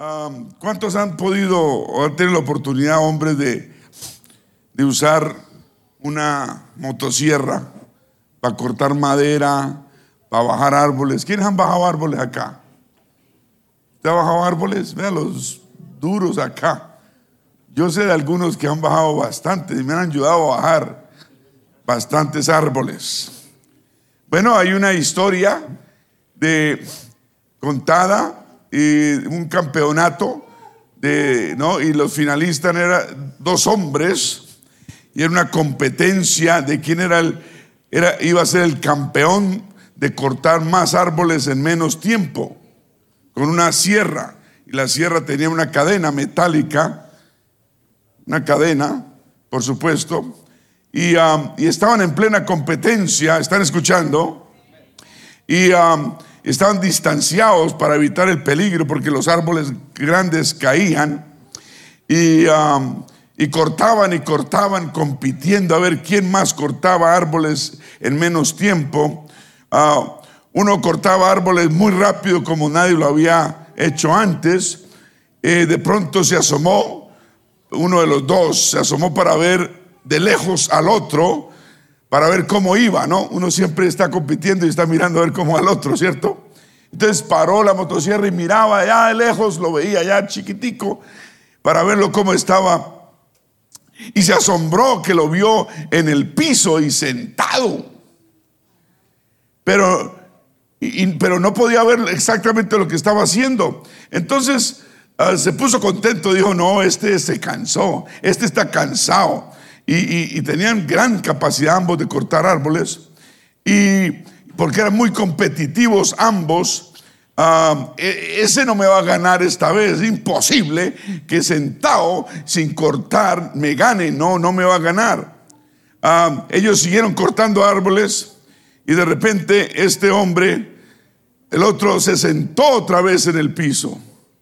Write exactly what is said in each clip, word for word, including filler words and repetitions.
Um, ¿Cuántos han podido o han tenido la oportunidad, hombres, de, de usar una motosierra para cortar madera, para bajar árboles? ¿Quiénes han bajado árboles acá? ¿Usted ha bajado árboles? Vean los duros acá. Yo sé de algunos que han bajado bastante y me han ayudado a bajar bastantes árboles. Bueno, hay una historia de contada y un campeonato de, ¿no? Y los finalistas eran dos hombres y era una competencia de quién era el era iba a ser el campeón de cortar más árboles en menos tiempo con una sierra, y la sierra tenía una cadena metálica, una cadena, por supuesto, y, um, y estaban en plena competencia. ¿Están escuchando? Y um, estaban distanciados para evitar el peligro, porque los árboles grandes caían, y, um, y cortaban y cortaban, compitiendo a ver quién más cortaba árboles en menos tiempo. Uh, uno cortaba árboles muy rápido, como nadie lo había hecho antes. Eh, de pronto se asomó, uno de los dos se asomó para ver de lejos al otro, para ver cómo iba, ¿no? Uno siempre está compitiendo y está mirando a ver cómo al otro, ¿cierto? Entonces paró la motosierra y miraba allá de lejos, lo veía allá chiquitico, para verlo cómo estaba, y se asombró que lo vio en el piso y sentado, pero, y, pero no podía ver exactamente lo que estaba haciendo. Entonces uh, se puso contento, dijo: no, este se cansó, este está cansado. Y, y, y tenían gran capacidad ambos de cortar árboles, y porque eran muy competitivos ambos. Uh, ese no me va a ganar esta vez, es imposible que sentado sin cortar me gane, no, no me va a ganar. Uh, ellos siguieron cortando árboles, y de repente este hombre, el otro, se sentó otra vez en el piso.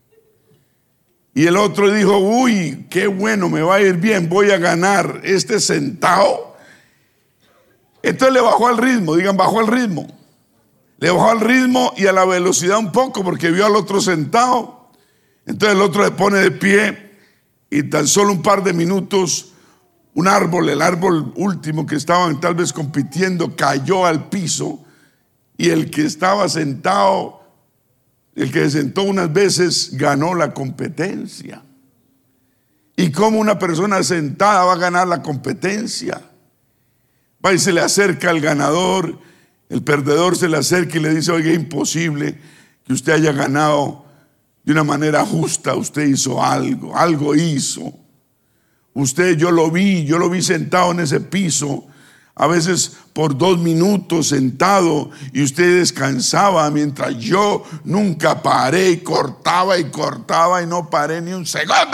Y el otro dijo: uy, qué bueno, me va a ir bien, voy a ganar este sentado. Entonces le bajó al ritmo, digan, bajó al ritmo. Le bajó al ritmo y a la velocidad un poco, porque vio al otro sentado. Entonces el otro se pone de pie, y tan solo un par de minutos, un árbol, el árbol último que estaban tal vez compitiendo, cayó al piso, y el que estaba sentado, el que se sentó unas veces, ganó la competencia. ¿Y cómo una persona sentada va a ganar la competencia? Va y se le acerca al ganador, el perdedor se le acerca y le dice: oiga, es imposible que usted haya ganado de una manera justa, usted hizo algo, algo hizo. Usted, yo lo vi, yo lo vi sentado en ese piso, a veces por dos minutos sentado, y usted descansaba, mientras yo nunca paré y cortaba y cortaba y no paré ni un segundo.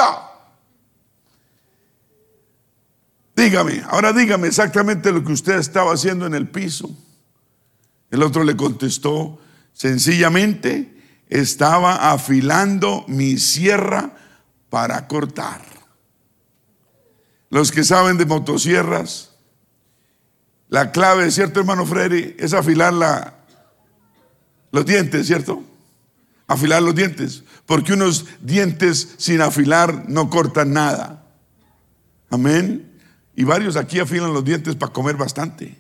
Dígame, ahora dígame exactamente lo que usted estaba haciendo en el piso. El otro le contestó: sencillamente estaba afilando mi sierra para cortar. Los que saben de motosierras, la clave, ¿cierto, hermano Freddy?, es afilar la, los dientes, ¿cierto? Afilar los dientes, porque unos dientes sin afilar no cortan nada. Amén. Y varios aquí afilan los dientes para comer bastante.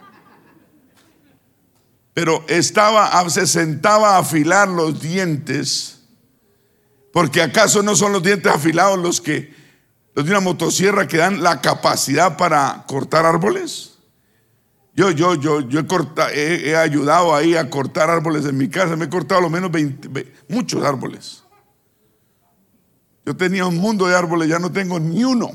Pero estaba, se sentaba a afilar los dientes, porque ¿acaso no son los dientes afilados los que, los de una motosierra, que dan la capacidad para cortar árboles? Yo, yo, yo, yo he, corta, he, he ayudado ahí a cortar árboles en mi casa. Me he cortado a lo menos veinte, muchos árboles. Yo tenía un mundo de árboles, ya no tengo ni uno.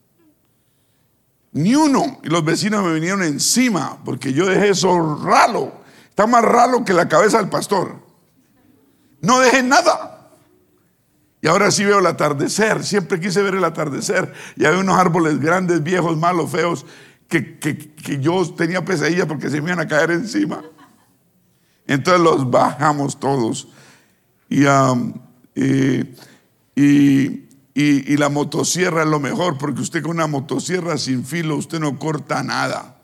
Ni uno. Y los vecinos me vinieron encima, porque yo dejé eso ralo. Está más ralo que la cabeza del pastor. No dejé nada. Y ahora sí veo el atardecer. Siempre quise ver el atardecer. Y había unos árboles grandes, viejos, malos, feos, Que, que, que yo tenía pesadillas porque se me iban a caer encima. Entonces los bajamos todos. Y, um, y, y, y, y la motosierra es lo mejor, porque usted con una motosierra sin filo, usted no corta nada.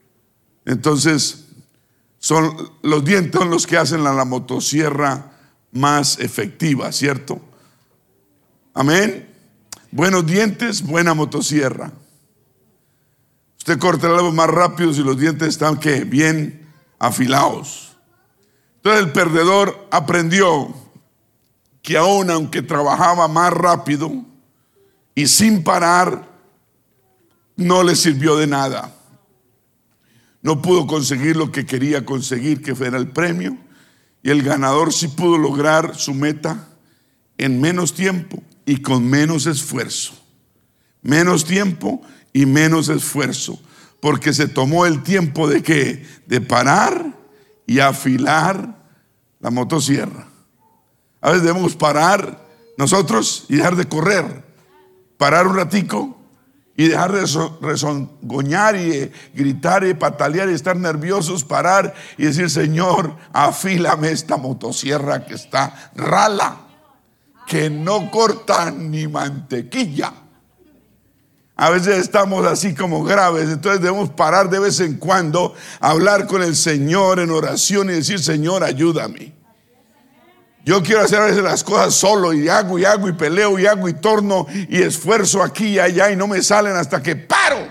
Entonces son los dientes son los que hacen a la motosierra más efectiva, ¿cierto? Amén. Buenos dientes, buena motosierra. Usted corta el árbol más rápido si los dientes están ¿qué? Bien afilados. Entonces el perdedor aprendió que aún aunque trabajaba más rápido y sin parar, no le sirvió de nada. No pudo conseguir lo que quería conseguir, que fuera el premio. Y el ganador sí pudo lograr su meta en menos tiempo y con menos esfuerzo. Menos tiempo y menos esfuerzo. Porque se tomó el tiempo de ¿qué? De parar y afilar la motosierra. A veces debemos parar nosotros y dejar de correr. Parar un ratico y dejar de rezongoñar y eh, gritar y patalear y estar nerviosos, parar y decir: Señor, afílame esta motosierra que está rala, que no corta ni mantequilla. A veces estamos así como graves, entonces debemos parar de vez en cuando, hablar con el Señor en oración y decir: Señor, ayúdame. Yo quiero hacer a veces las cosas solo y hago y hago y peleo y hago y torno y esfuerzo aquí y allá y no me salen hasta que paro.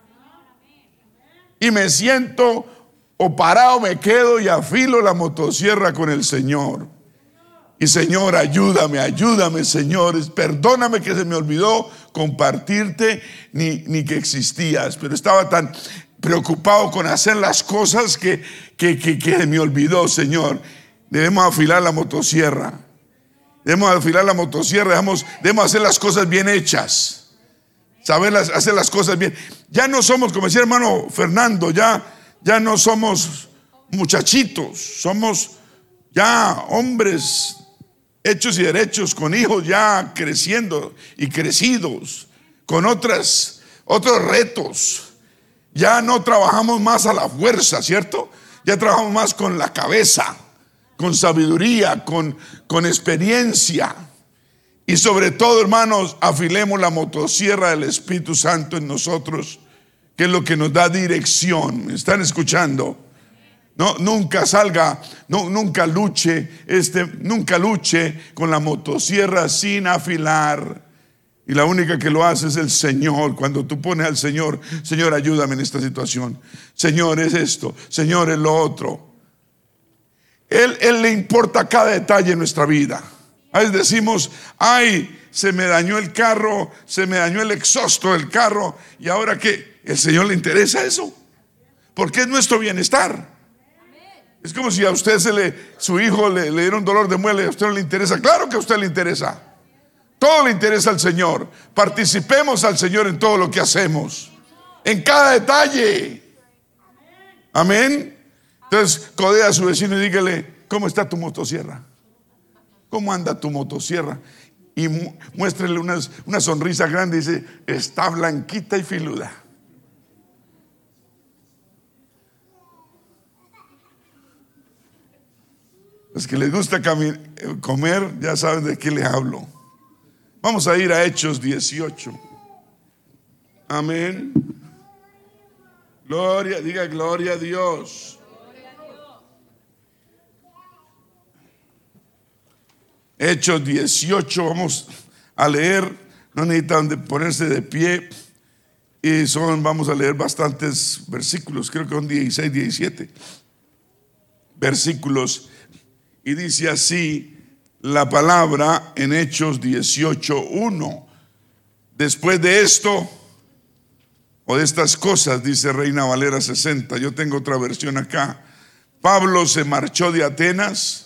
Y me siento o parado me quedo y afilo la motosierra con el Señor. Y Señor, ayúdame, ayúdame, Señor. Perdóname que se me olvidó compartirte ni, ni que existías, pero estaba tan preocupado con hacer las cosas que, que, que, que me olvidó, Señor. Debemos afilar la motosierra. Debemos afilar la motosierra. Debemos, debemos hacer las cosas bien hechas. Saber las, hacer las cosas bien. Ya no somos, como decía hermano Fernando, ya, ya no somos muchachitos. Somos ya hombres hechos y derechos, con hijos ya creciendo y crecidos, con otras, otros retos. Ya no trabajamos más a la fuerza, ¿cierto? Ya trabajamos más con la cabeza, con sabiduría, con, con experiencia. Y sobre todo, hermanos, afilemos la motosierra del Espíritu Santo en nosotros, que es lo que nos da dirección. ¿Me están escuchando? No, nunca salga, no, nunca luche, este, nunca luche con la motosierra sin afilar. Y la única que lo hace es el Señor. Cuando tú pones al Señor: Señor, ayúdame en esta situación. Señor, es esto. Señor, es lo otro. Él, él le importa cada detalle en nuestra vida. A veces decimos: ay, se me dañó el carro, se me dañó el exhausto del carro. ¿Y ahora qué? ¿El Señor le interesa eso? Porque es nuestro bienestar. Es como si a usted se le, su hijo le, le diera un dolor de muela y a usted no le interesa. Claro que a usted le interesa. Todo le interesa al Señor. Participemos al Señor en todo lo que hacemos, en cada detalle. Amén. Entonces codea a su vecino y dígale: ¿cómo está tu motosierra? ¿Cómo anda tu motosierra? Y mu- muéstrele una, una sonrisa grande y dice: está blanquita y filuda. Los que les gusta cami- comer ya saben de qué les hablo. Vamos a ir a Hechos dieciocho. Amén. Gloria, diga gloria a Dios. Hechos dieciocho, vamos a leer. No necesitan de ponerse de pie. Y son, vamos a leer bastantes versículos. Creo que son dieciséis, diecisiete versículos. Y dice así la palabra en Hechos dieciocho, uno. Después de esto, o de estas cosas, dice Reina Valera sesenta. Yo tengo otra versión acá. Pablo se marchó de Atenas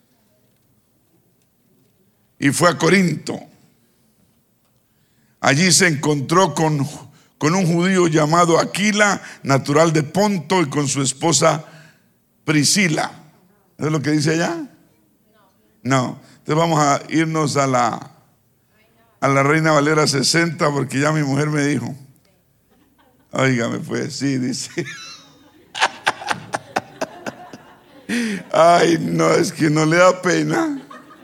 y fue a Corinto. Allí se encontró con, con un judío llamado Aquila, natural de Ponto, y con su esposa Priscila. ¿Es lo que dice allá? No. Entonces vamos a irnos a la, a la Reina Valera sesenta, porque ya mi mujer me dijo. Óigame pues, sí, dice. Ay, no, es que no le da pena.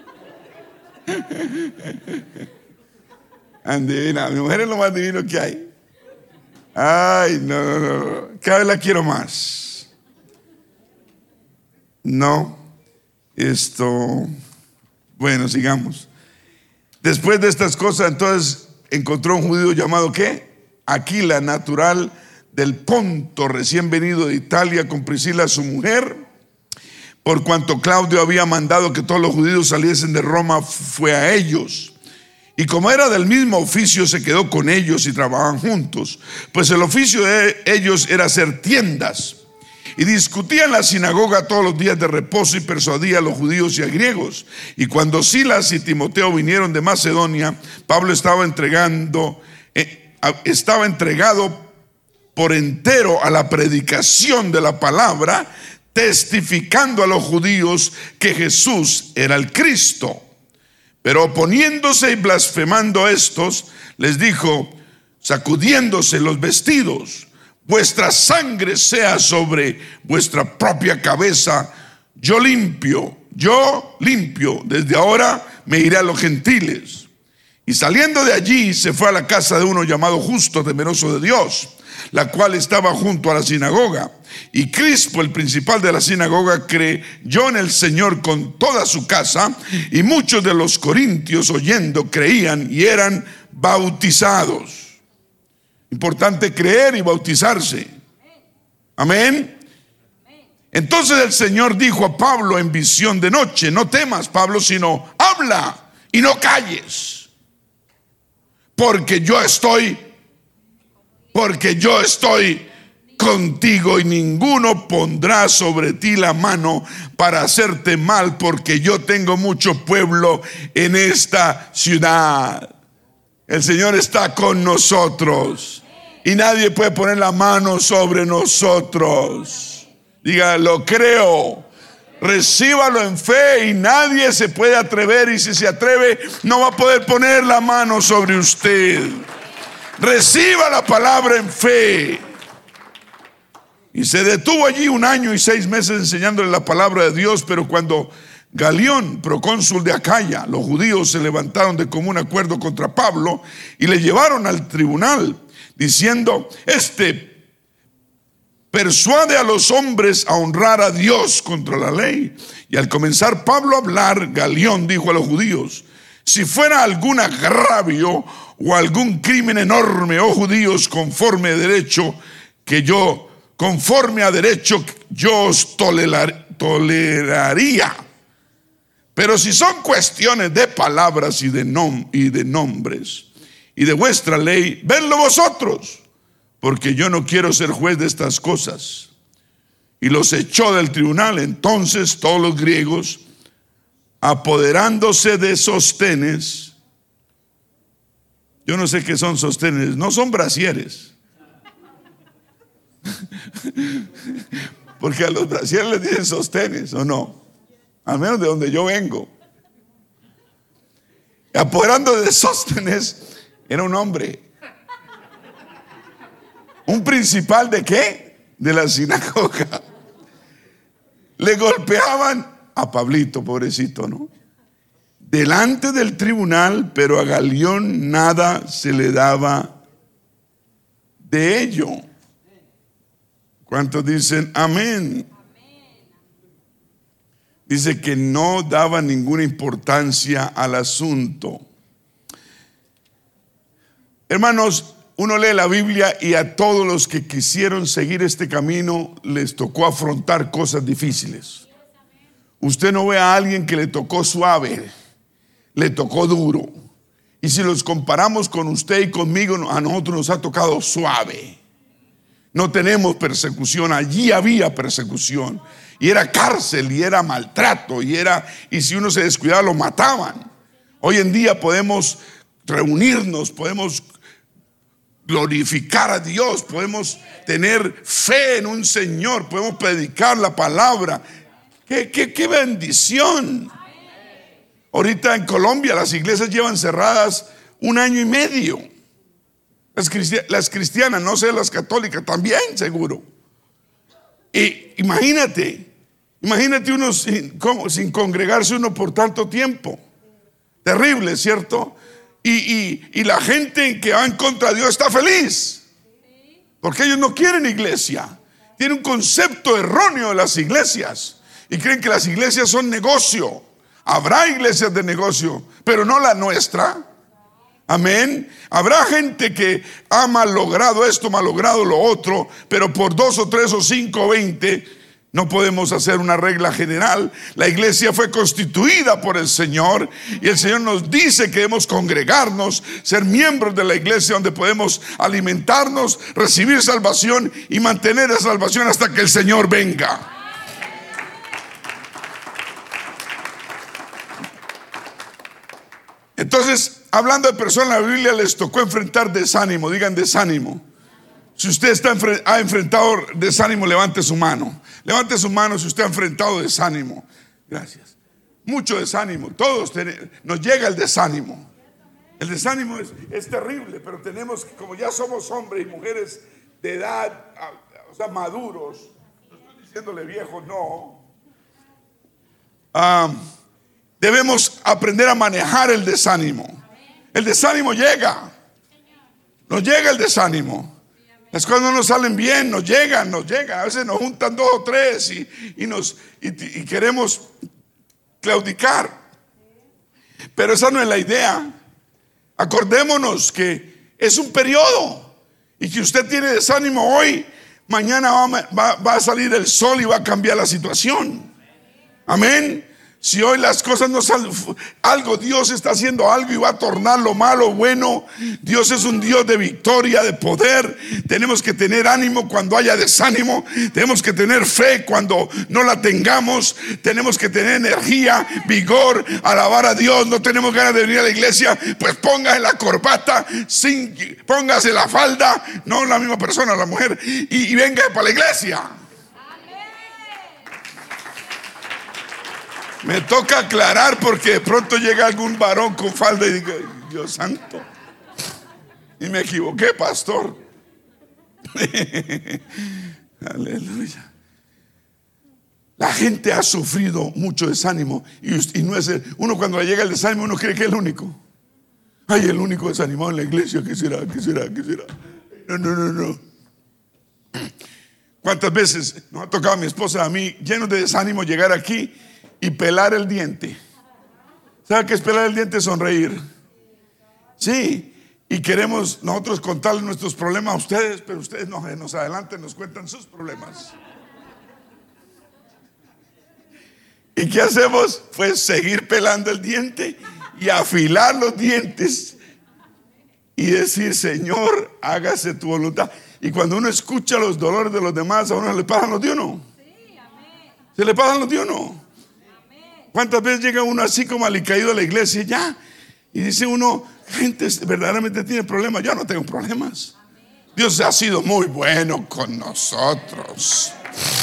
Andivina, mi mujer es lo más divino que hay. Ay, no, no, no, cada vez la quiero más. No, esto, Bueno, sigamos. Después de estas cosas, entonces encontró un judío llamado ¿qué? Aquila, natural del Ponto, recién venido de Italia, con Priscila su mujer. Por cuanto Claudio había mandado que todos los judíos saliesen de Roma, fue a ellos. Y como era del mismo oficio, se quedó con ellos y trabajaban juntos. Pues el oficio de ellos era hacer tiendas. Y discutía en la sinagoga todos los días de reposo y persuadía a los judíos y a griegos. Y cuando Silas y Timoteo vinieron de Macedonia, Pablo estaba entregando, eh, estaba entregado por entero a la predicación de la palabra, testificando a los judíos que Jesús era el Cristo. Pero oponiéndose y blasfemando a estos, les dijo, sacudiéndose los vestidos: vuestra sangre sea sobre vuestra propia cabeza. Yo limpio, yo limpio, desde ahora me iré a los gentiles. Y saliendo de allí se fue a la casa de uno llamado Justo, temeroso de Dios, la cual estaba junto a la sinagoga. Y Crispo, el principal de la sinagoga, creyó en el Señor con toda su casa, y muchos de los corintios, oyendo, creían y eran bautizados. Importante creer y bautizarse. Amén. Entonces el Señor dijo a Pablo en visión de noche: no temas, Pablo, sino habla y no calles, porque yo estoy, porque yo estoy contigo, y ninguno pondrá sobre ti la mano para hacerte mal, porque yo tengo mucho pueblo en esta ciudad. El Señor está con nosotros y nadie puede poner la mano sobre nosotros. Diga, lo creo. Recíbalo en fe y nadie se puede atrever, y si se atreve no va a poder poner la mano sobre usted. Reciba la palabra en fe. Y se detuvo allí un año y seis meses enseñándole la palabra de Dios. Pero cuando Galión, procónsul de Acaya, los judíos se levantaron de común acuerdo contra Pablo y le llevaron al tribunal, diciendo: este persuade a los hombres a honrar a Dios contra la ley. Y al comenzar Pablo a hablar, Galión dijo a los judíos: si fuera algún agravio o algún crimen enorme, oh judíos, conforme a derecho, que yo, conforme a derecho, yo os tolerar, toleraría. Pero si son cuestiones de palabras y de, nom y de nombres y de vuestra ley, vedlo vosotros, porque yo no quiero ser juez de estas cosas. Y los echó del tribunal. Entonces todos los griegos, apoderándose de sostenes, yo no sé qué son sostenes, no son brasieres, porque a los brasieres les dicen sostenes, ¿o no? Al menos de donde yo vengo. Apoderando de Sóstenes, era un hombre, un principal de qué, de la sinagoga. Le golpeaban a Pablito, pobrecito, ¿no? Delante del tribunal, pero a Galión nada se le daba de ello. ¿Cuántos dicen amén? Dice que no daba ninguna importancia al asunto. Hermanos, uno lee la Biblia y a todos los que quisieron seguir este camino les tocó afrontar cosas difíciles. Usted no ve a alguien que le tocó suave, le tocó duro. Y si los comparamos con usted y conmigo, a nosotros nos ha tocado suave. No tenemos persecución, allí había persecución. Y era cárcel, y era maltrato, y era, y si uno se descuidaba lo mataban. Hoy en día podemos reunirnos, podemos glorificar a Dios, podemos tener fe en un Señor, podemos predicar la palabra. ¡Qué, qué, qué bendición! Ahorita en Colombia las iglesias llevan cerradas un año y medio. Las cristianas, las cristianas, no sé, las católicas también, seguro. Y imagínate, imagínate uno sin, ¿cómo? sin congregarse uno por tanto tiempo. Terrible, ¿cierto? Y, y, y la gente que va en contra de Dios está feliz, porque ellos no quieren iglesia. Tienen un concepto erróneo de las iglesias y creen que las iglesias son negocio. Habrá iglesias de negocio, pero no la nuestra. Amén. Habrá gente que ha malogrado esto, malogrado lo otro, pero por dos o tres o cinco o veinte no podemos hacer una regla general. La iglesia fue constituida por el Señor y el Señor nos dice que debemos congregarnos, ser miembros de la iglesia donde podemos alimentarnos, recibir salvación y mantener esa salvación hasta que el Señor venga. Entonces, hablando de personas, la Biblia les tocó enfrentar desánimo. Digan desánimo. Si usted está, ha enfrentado desánimo, levante su mano. Levante su mano si usted ha enfrentado desánimo. Gracias. Mucho desánimo. Todos tenemos, nos llega el desánimo. El desánimo es, es terrible, pero tenemos, como ya somos hombres y mujeres de edad, o sea, maduros, no estoy diciéndole viejos, no. Ah, debemos aprender a manejar el desánimo. El desánimo llega. Nos llega el desánimo. Las cosas no nos salen bien, nos llegan, nos llegan. A veces nos juntan dos o tres y, y, nos, y, y queremos claudicar. Pero esa no es la idea. Acordémonos que es un periodo y que usted tiene desánimo hoy, mañana va, va, va a salir el sol y va a cambiar la situación. Amén. Si hoy las cosas no salen, algo, Dios está haciendo algo y va a tornar lo malo bueno. Dios es un Dios de victoria, de poder. Tenemos que tener ánimo cuando haya desánimo. Tenemos que tener fe cuando no la tengamos. Tenemos que tener energía, vigor, alabar a Dios. No tenemos ganas de venir a la iglesia, pues póngase la corbata, sin, póngase la falda, no la misma persona, la mujer, y, y venga para la iglesia. Me toca aclarar porque de pronto llega algún varón con falda y diga, Dios santo, y me equivoqué, pastor. Aleluya. La gente ha sufrido mucho desánimo y, y no es el, uno cuando le llega el desánimo uno cree que es el único. Ay, el único desanimado en la iglesia. ¿Qué será? ¿Qué será? ¿Qué será? No, no, no, no. ¿Cuántas veces nos ha tocado a mi esposa, a mí, llenos de desánimo, llegar aquí y pelar el diente? ¿Sabe qué es pelar el diente? Sonreír. Sí, y queremos nosotros contarles nuestros problemas a ustedes, pero ustedes nos, nos adelantan, nos cuentan sus problemas. ¿Y qué hacemos? Pues seguir pelando el diente y afilar los dientes y decir, Señor, hágase tu voluntad. Y cuando uno escucha los dolores de los demás, a uno se le pasan los de uno. Se le pasan los de uno. ¿Cuántas veces llega uno así como alicaído a la iglesia ya? Y dice uno, gente verdaderamente tiene problemas. Yo no tengo problemas. Dios ha sido muy bueno con nosotros.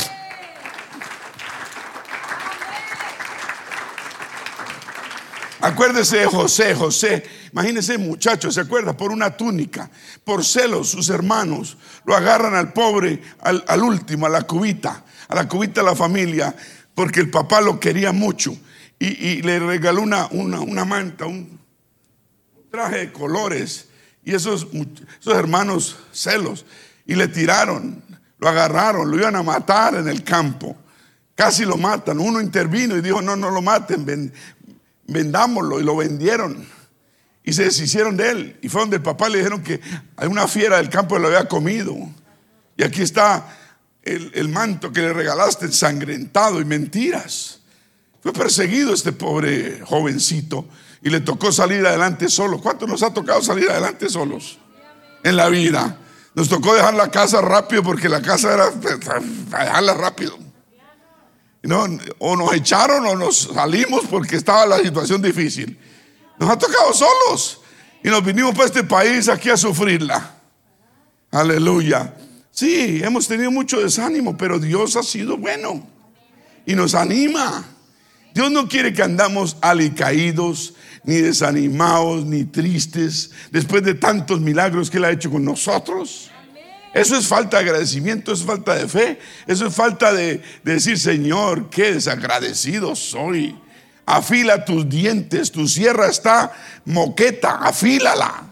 Acuérdese de José, José, imagínese muchacho, ¿se acuerda? Por una túnica, por celos, sus hermanos lo agarran al pobre, al, al último, a la cubita, a la cubita de la familia, porque el papá lo quería mucho y, y le regaló una, una, una manta, un traje de colores, y esos, esos hermanos celos, y le tiraron, lo agarraron, lo iban a matar en el campo, casi lo matan. Uno intervino y dijo, no, no lo maten, ven, vendámoslo, y lo vendieron y se deshicieron de él, y fue donde el papá le dijeron que hay una fiera del campo que lo había comido, y aquí está el, el manto que le regalaste ensangrentado, y mentiras. Fue perseguido este pobre jovencito y le tocó salir adelante solo. ¿Cuánto nos ha tocado salir adelante solos en la vida? Nos tocó dejar la casa rápido porque la casa era para dejarla rápido. No, o nos echaron o nos salimos porque estaba la situación difícil. Nos ha tocado solos y nos vinimos para este país aquí a sufrirla. Aleluya. Sí, hemos tenido mucho desánimo, pero Dios ha sido bueno y nos anima. Dios no quiere que andamos alicaídos, ni desanimados, ni tristes después de tantos milagros que Él ha hecho con nosotros. Eso es falta de agradecimiento, eso es falta de fe, eso es falta de, de decir, Señor, qué desagradecido soy. Afila tus dientes, tu sierra está moqueta, afílala.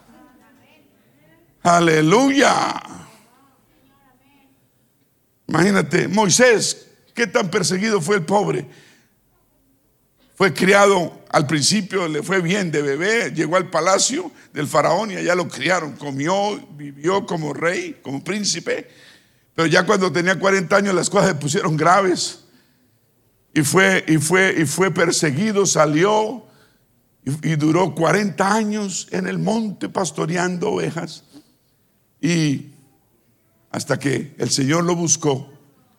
Aleluya. Imagínate, Moisés, qué tan perseguido fue el pobre. Fue criado, al principio le fue bien de bebé, llegó al palacio del faraón y allá lo criaron, comió, vivió como rey, como príncipe, pero ya cuando tenía cuarenta años las cosas se pusieron graves y fue, y fue, y fue perseguido, salió y, y duró cuarenta años en el monte pastoreando ovejas, y hasta que el Señor lo buscó,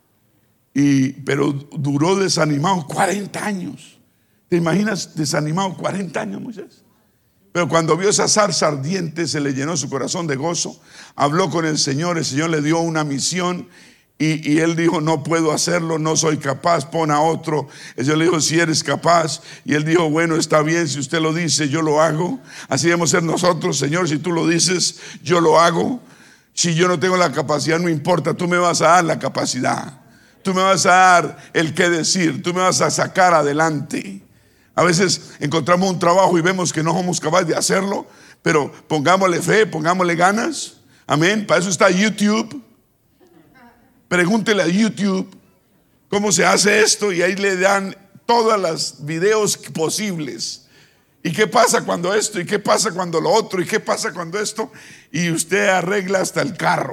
y, pero duró desanimado cuarenta años. ¿Te imaginas desanimado cuarenta años, Moisés? Pero cuando vio esa zarza ardiente, se le llenó su corazón de gozo. Habló con el Señor, el Señor le dio una misión y, y él dijo: no puedo hacerlo, no soy capaz, pon a otro. El Señor le dijo: si eres capaz. Y él dijo: bueno, está bien, si usted lo dice, yo lo hago. Así debemos ser nosotros, Señor, si tú lo dices, yo lo hago. Si yo no tengo la capacidad, no importa, tú me vas a dar la capacidad. Tú me vas a dar el qué decir, tú me vas a sacar adelante. A veces encontramos un trabajo y vemos que no somos capaces de hacerlo, pero pongámosle fe, pongámosle ganas. Amén. Para eso está YouTube. Pregúntele a YouTube cómo se hace esto y ahí le dan todos los videos posibles. ¿Y qué pasa cuando esto? ¿Y qué pasa cuando lo otro? ¿Y qué pasa cuando esto? Y usted arregla hasta el carro.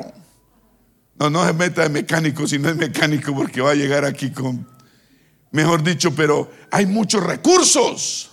No, no se meta de mecánico si no es mecánico, porque va a llegar aquí con... Mejor dicho, pero hay muchos recursos.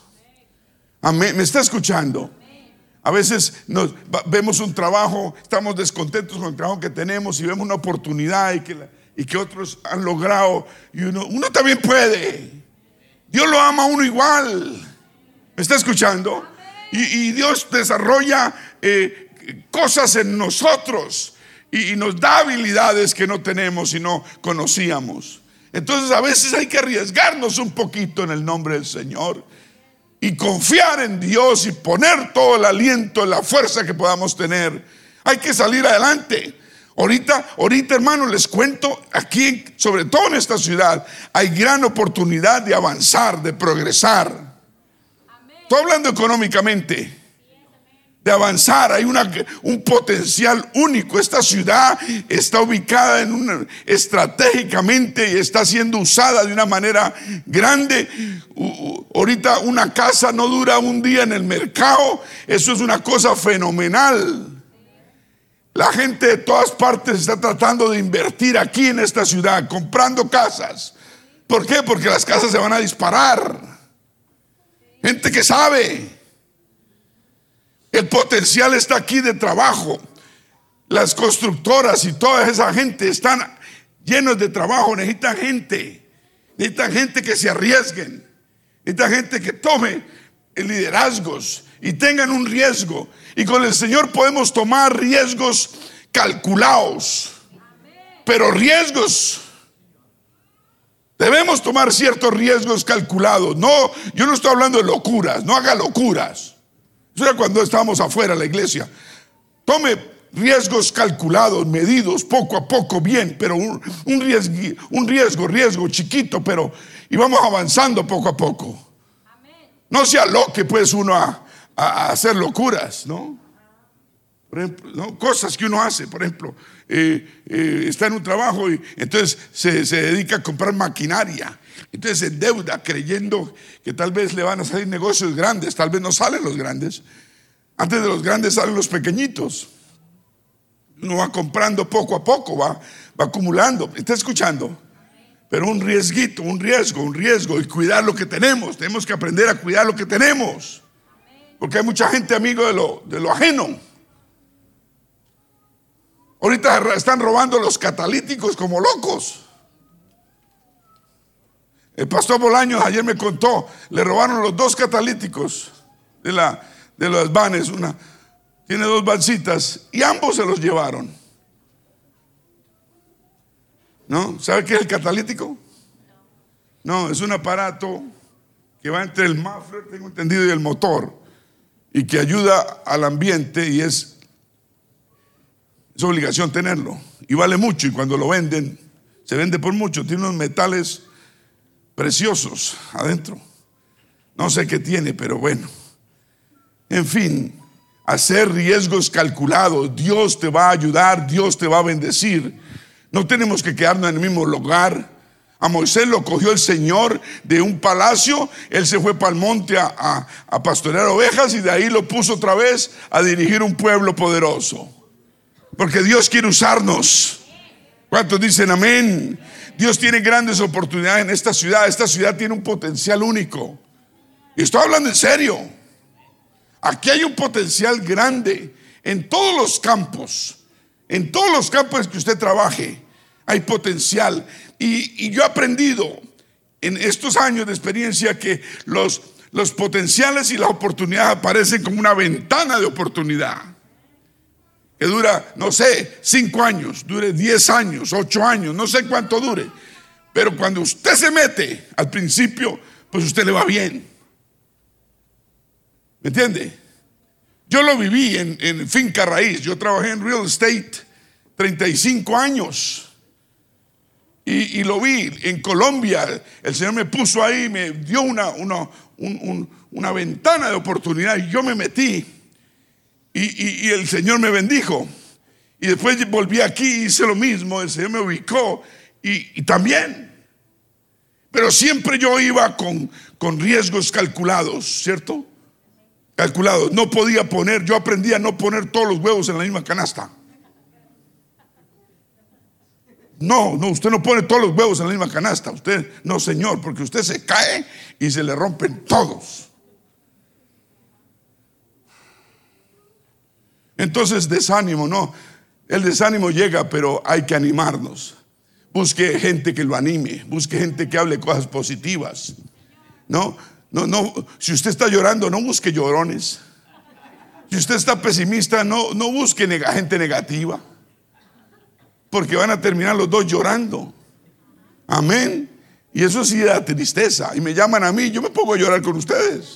Amén. ¿Me está escuchando? A veces nos, vemos un trabajo, estamos descontentos con el trabajo que tenemos y vemos una oportunidad y que, la, y que otros han logrado. Y uno, uno también puede. Dios lo ama a uno igual. ¿Me está escuchando? Y, y Dios desarrolla eh, cosas en nosotros y, y nos da habilidades que no tenemos y no conocíamos. Entonces a veces hay que arriesgarnos un poquito en el nombre del Señor y confiar en Dios y poner todo el aliento, la fuerza que podamos tener. Hay que salir adelante. Ahorita, ahorita hermanos, les cuento, aquí, sobre todo en esta ciudad, hay gran oportunidad de avanzar, de progresar. Estoy hablando económicamente, de avanzar. Hay una, un potencial único. Esta ciudad está ubicada en una, estratégicamente, y está siendo usada de una manera grande. Uh, ahorita una casa no dura un día en el mercado. Eso es una cosa fenomenal. La gente de todas partes está tratando de invertir aquí en esta ciudad, comprando casas. ¿Por qué? Porque las casas se van a disparar. Gente que sabe. El potencial está aquí de trabajo. Las constructoras y toda esa gente están llenos de trabajo. Necesitan gente. Necesitan gente que se arriesguen. Necesitan gente que tome liderazgos y tengan un riesgo. Y con el Señor podemos tomar riesgos calculados. Pero riesgos. Debemos tomar ciertos riesgos calculados. No, yo no estoy hablando de locuras. No haga locuras. Eso era cuando estábamos afuera de la iglesia. Tome riesgos calculados, medidos poco a poco, bien, pero un, un, riesgo, un riesgo, riesgo chiquito, pero y vamos avanzando poco a poco. No se aloque pues uno a, a hacer locuras, ¿no? Por ejemplo, ¿no? Cosas que uno hace, por ejemplo, eh, eh, está en un trabajo y entonces se, se dedica a comprar maquinaria. Entonces se endeuda creyendo que tal vez le van a salir negocios grandes. Tal vez no salen los grandes. Antes de los grandes salen los pequeñitos. Uno va comprando poco a poco, va, va acumulando. ¿Está escuchando? Pero un riesguito, un riesgo, un riesgo. Y cuidar lo que tenemos. Tenemos que aprender a cuidar lo que tenemos. Porque hay mucha gente amigo de lo, de lo ajeno. Ahorita están robando los catalíticos como locos. El pastor Bolaños ayer me contó, le robaron los dos catalíticos de, la, de las vanes. Una tiene dos vancitas y ambos se los llevaron. ¿No? ¿Sabe qué es el catalítico? No, es un aparato que va entre el muffler, tengo entendido, y el motor, y que ayuda al ambiente, y es, es obligación tenerlo. Y vale mucho, y cuando lo venden, se vende por mucho. Tiene unos metales preciosos adentro. No sé qué tiene, pero bueno. En fin, hacer riesgos calculados. Dios te va a ayudar, Dios te va a bendecir. No tenemos que quedarnos en el mismo lugar. A Moisés lo cogió el Señor de un palacio, él se fue para el monte a, a, a pastorear ovejas y de ahí lo puso otra vez a dirigir un pueblo poderoso. Porque Dios quiere usarnos. ¿Cuántos dicen amén? Dios tiene grandes oportunidades en esta ciudad. Esta ciudad tiene un potencial único. Y estoy hablando en serio. Aquí hay un potencial grande en todos los campos. En todos los campos que usted trabaje hay potencial. Y, y yo he aprendido en estos años de experiencia que los, los potenciales y las oportunidades aparecen como una ventana de oportunidad que dura, no sé, cinco años, dure diez años, ocho años, no sé cuánto dure. Pero cuando usted se mete al principio, pues usted le va bien. ¿Me entiende? Yo lo viví en, en finca raíz. Yo trabajé en real estate treinta y cinco años. Y, y lo vi en Colombia. El Señor me puso ahí, me dio una, una, un, un, una ventana de oportunidad y yo me metí. Y, y, y el Señor me bendijo. Y después volví aquí y hice lo mismo. El Señor me ubicó y, y también. Pero siempre yo iba con, con riesgos calculados, ¿cierto? Calculados. No podía poner, yo aprendí a no poner todos los huevos en la misma canasta. No, no, usted no pone todos los huevos en la misma canasta. Usted, no, señor, porque usted se cae y se le rompen todos. Entonces, desánimo, no. El desánimo llega, pero hay que animarnos. Busque gente que lo anime. Busque gente que hable cosas positivas. No, no, no. Si usted está llorando, no busque llorones. Si usted está pesimista, no, no busque neg- gente negativa. Porque van a terminar los dos llorando. Amén. Y eso sí da tristeza. Y me llaman a mí, yo me pongo a llorar con ustedes.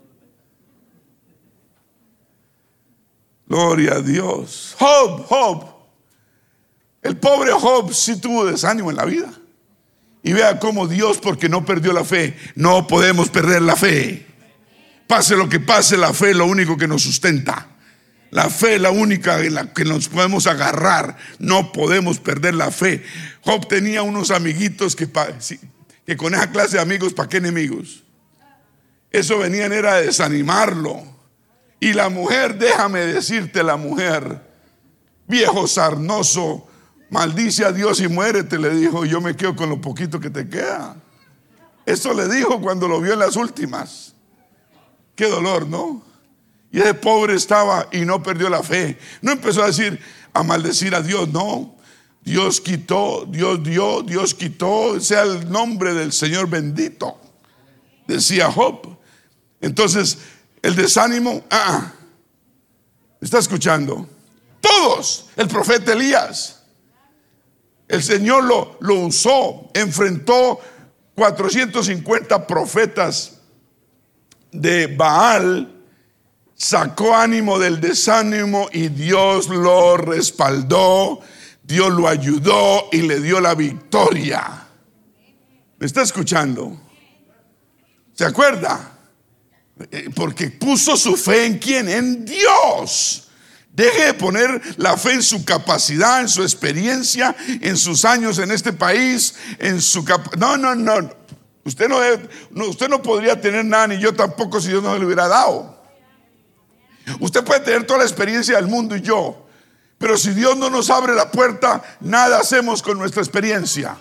Gloria a Dios. Job, Job. El pobre Job sí tuvo desánimo en la vida. Y vea cómo Dios, porque no perdió la fe. No podemos perder la fe. Pase lo que pase, la fe es lo único que nos sustenta. La fe es la única en la que nos podemos agarrar. No podemos perder la fe. Job tenía unos amiguitos que, que con esa clase de amigos, ¿para qué enemigos? Eso venían era a desanimarlo. Y la mujer, déjame decirte, la mujer, viejo sarnoso, maldice a Dios y muérete, le dijo. Yo me quedo con lo poquito que te queda. Eso le dijo cuando lo vio en las últimas. Qué dolor, ¿no? Y ese pobre estaba y no perdió la fe. No empezó a decir, a maldecir a Dios, no. Dios quitó, Dios dio, Dios quitó, sea el nombre del Señor bendito, decía Job. Entonces, el desánimo, ah, ¿está escuchando? Todos, el profeta Elías, el Señor lo, lo usó, enfrentó cuatrocientos cincuenta profetas de Baal. Sacó ánimo del desánimo y Dios lo respaldó, Dios lo ayudó y le dio la victoria. ¿Me está escuchando? ¿Se acuerda? Porque puso su fe en ¿quién? En Dios. Deje de poner la fe en su capacidad, en su experiencia, en sus años en este país, en su cap- no, no, no. Usted no, debe, no, usted no podría tener nada, ni yo tampoco, si Dios no se lo hubiera dado. Usted puede tener toda la experiencia del mundo y yo, pero si Dios no nos abre la puerta, nada hacemos con nuestra experiencia.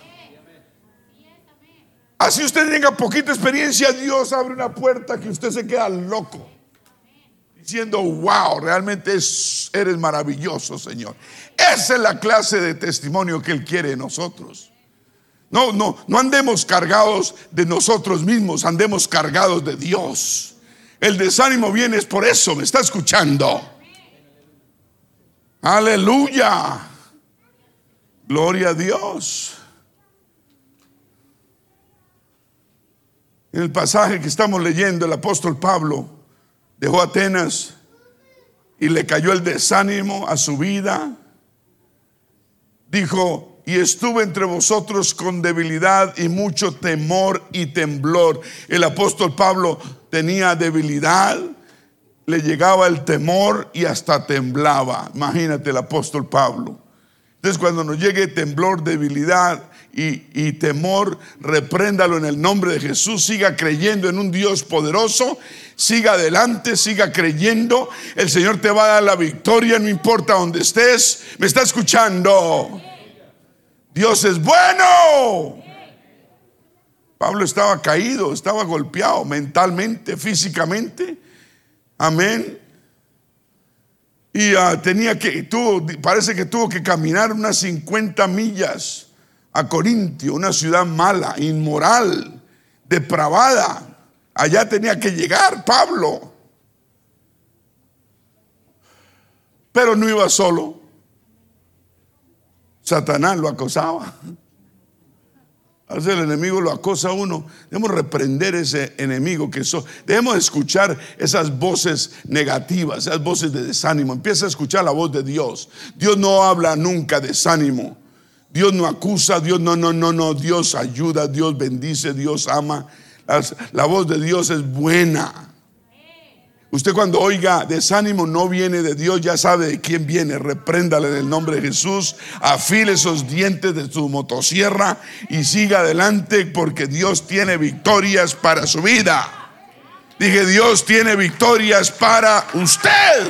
Así usted tenga poquita experiencia, Dios abre una puerta que usted se queda loco, diciendo, wow, realmente es, eres maravilloso, Señor. Esa es la clase de testimonio que Él quiere de nosotros. No, no, no andemos cargados de nosotros mismos, andemos cargados de Dios. El desánimo viene es por eso, ¿me está escuchando? Aleluya. Gloria a Dios. En el pasaje que estamos leyendo, el apóstol Pablo dejó Atenas y le cayó el desánimo a su vida. Dijo, y estuve entre vosotros con debilidad y mucho temor y temblor. El apóstol Pablo tenía debilidad, le llegaba el temor y hasta temblaba. Imagínate el apóstol Pablo. Entonces, cuando nos llegue temblor, debilidad y, y temor, repréndalo en el nombre de Jesús. Siga creyendo en un Dios poderoso, siga adelante, siga creyendo. El Señor te va a dar la victoria, no importa dónde estés. ¿Me está escuchando? Dios es bueno. Pablo estaba caído, estaba golpeado mentalmente, físicamente. Amén. Y uh, tenía que, tuvo, parece que tuvo que caminar unas cincuenta millas a Corintio, una ciudad mala, inmoral, depravada. Allá tenía que llegar Pablo. Pero no iba solo. Satanás lo acosaba. A veces el enemigo lo acosa a uno. Debemos reprender ese enemigo que so, debemos escuchar esas voces negativas, esas voces de desánimo. Empieza a escuchar la voz de Dios. Dios no habla nunca desánimo. Dios no acusa, Dios no, no, no, no. Dios ayuda, Dios bendice, Dios ama. La, la voz de Dios es buena. Usted cuando oiga desánimo no viene de Dios, ya sabe de quién viene. Repréndale en el nombre de Jesús, afile esos dientes de su motosierra y siga adelante, porque Dios tiene victorias para su vida. Dije, Dios tiene victorias para usted.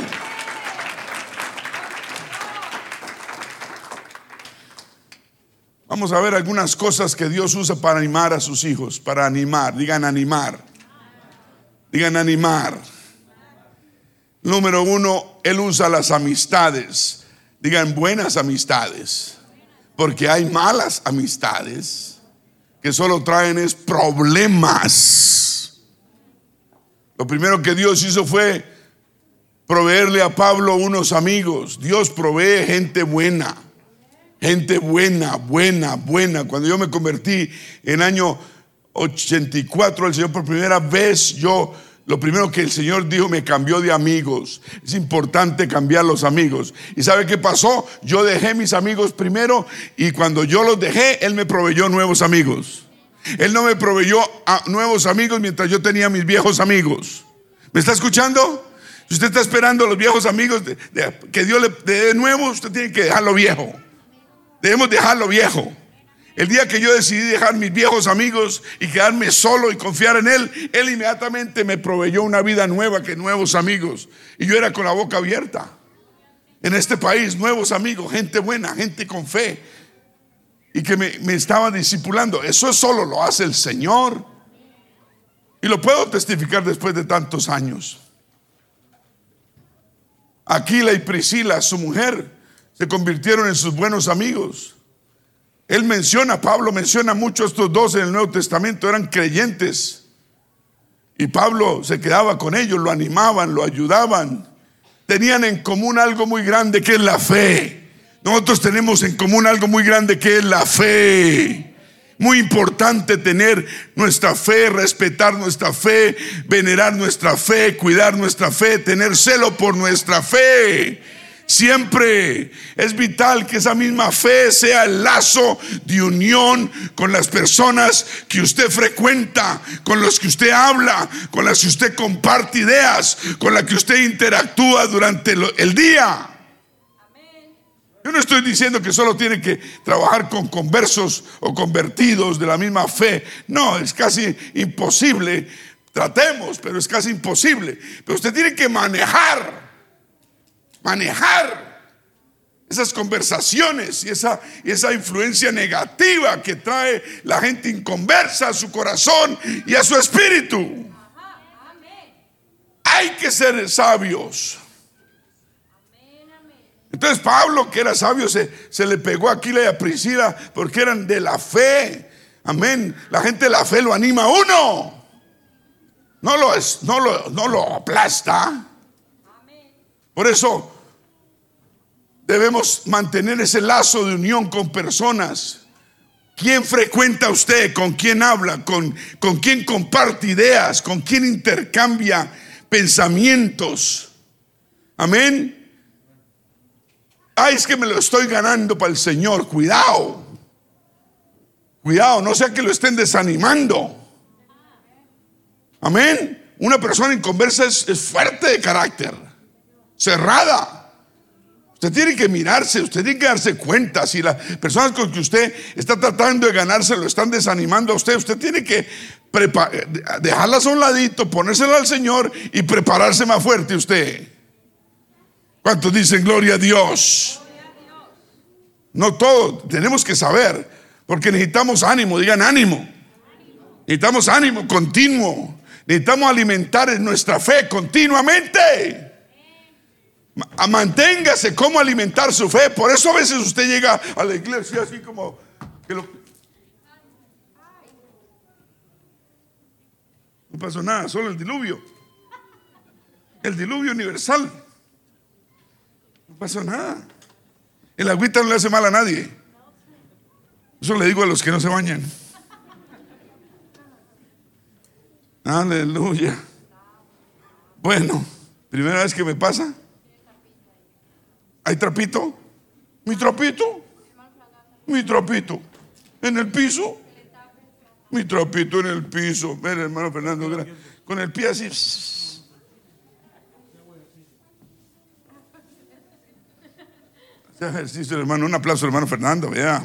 Vamos a ver algunas cosas que Dios usa para animar a sus hijos. Para animar, digan animar. Digan animar. Número uno, Él usa las amistades. Digan buenas amistades. Porque hay malas amistades que solo traen es problemas. Lo primero que Dios hizo fue proveerle a Pablo unos amigos. Dios provee gente buena. Gente buena, buena, buena. Cuando yo me convertí en año ochenta y cuatro, el Señor por primera vez, yo... Lo primero que el Señor dijo, me cambió de amigos. Es importante cambiar los amigos. ¿Y sabe qué pasó? Yo dejé mis amigos primero, y cuando yo los dejé, Él me proveyó nuevos amigos. Él no me proveyó a nuevos amigos mientras yo tenía mis viejos amigos. ¿Me está escuchando? Si usted está esperando a los viejos amigos de, de, que Dios le dé nuevo, usted tiene que dejarlo viejo. Debemos dejarlo viejo. El día que yo decidí dejar mis viejos amigos y quedarme solo y confiar en Él, Él inmediatamente me proveyó una vida nueva, que nuevos amigos. Y yo era con la boca abierta. En este país, nuevos amigos, gente buena, gente con fe, y que me, me estaba discipulando. Eso solo lo hace el Señor. Y lo puedo testificar después de tantos años. Aquila y Priscila, su mujer, se convirtieron en sus buenos amigos. Él menciona, Pablo menciona mucho a estos dos en el Nuevo Testamento, eran creyentes. Y Pablo se quedaba con ellos, lo animaban, lo ayudaban. Tenían en común algo muy grande, que es la fe. Nosotros tenemos en común algo muy grande, que es la fe. Muy importante tener nuestra fe, respetar nuestra fe, venerar nuestra fe, cuidar nuestra fe, tener celo por nuestra fe. Siempre es vital que esa misma fe sea el lazo de unión con las personas que usted frecuenta, con los que usted habla, con las que usted comparte ideas, con las que usted interactúa durante el día. Yo no estoy diciendo que solo tiene que trabajar con conversos o convertidos de la misma fe. No, es casi imposible. Tratemos, pero es casi imposible. Pero usted tiene que manejar Manejar esas conversaciones y esa, y esa influencia negativa que trae la gente inconversa a su corazón y a su espíritu. Hay que ser sabios. Entonces Pablo, que era sabio, se, se le pegó a Aquila y a Priscila porque eran de la fe. Amén. La gente de la fe lo anima a uno. No lo, es, no lo, no lo aplasta. Por eso debemos mantener ese lazo de unión con personas. ¿Quién frecuenta usted? ¿Con quién habla? ¿Con, con quién comparte ideas? ¿Con quién intercambia pensamientos? Amén. Ay, es que me lo estoy ganando para el Señor. Cuidado. Cuidado, no sea que lo estén desanimando. Amén. Una persona inconversa es, es fuerte de carácter, cerrada. Usted tiene que mirarse, usted tiene que darse cuenta. Si las personas con que usted está tratando de ganarse lo están desanimando a usted, usted tiene que dejarlas a un ladito, ponérsela al Señor y prepararse más fuerte usted. ¿Cuántos dicen gloria a Dios? No todos, tenemos que saber, porque necesitamos ánimo, digan ánimo. Necesitamos ánimo continuo. Necesitamos alimentar nuestra fe continuamente. Manténgase cómo alimentar su fe. Por eso a veces usted llega a la iglesia así como que lo... no pasó nada, solo el diluvio. El diluvio universal. No pasó nada. El agüita no le hace mal a nadie. Eso le digo a los que no se bañan. Aleluya. Bueno, primera vez que me pasa. ¿Hay trapito? Mi trapito. Mi trapito. En el piso. Mi trapito en el piso. Mira, hermano Fernando, con el pie así. Hace ejercicio, hermano. Un aplauso, hermano Fernando. Vea.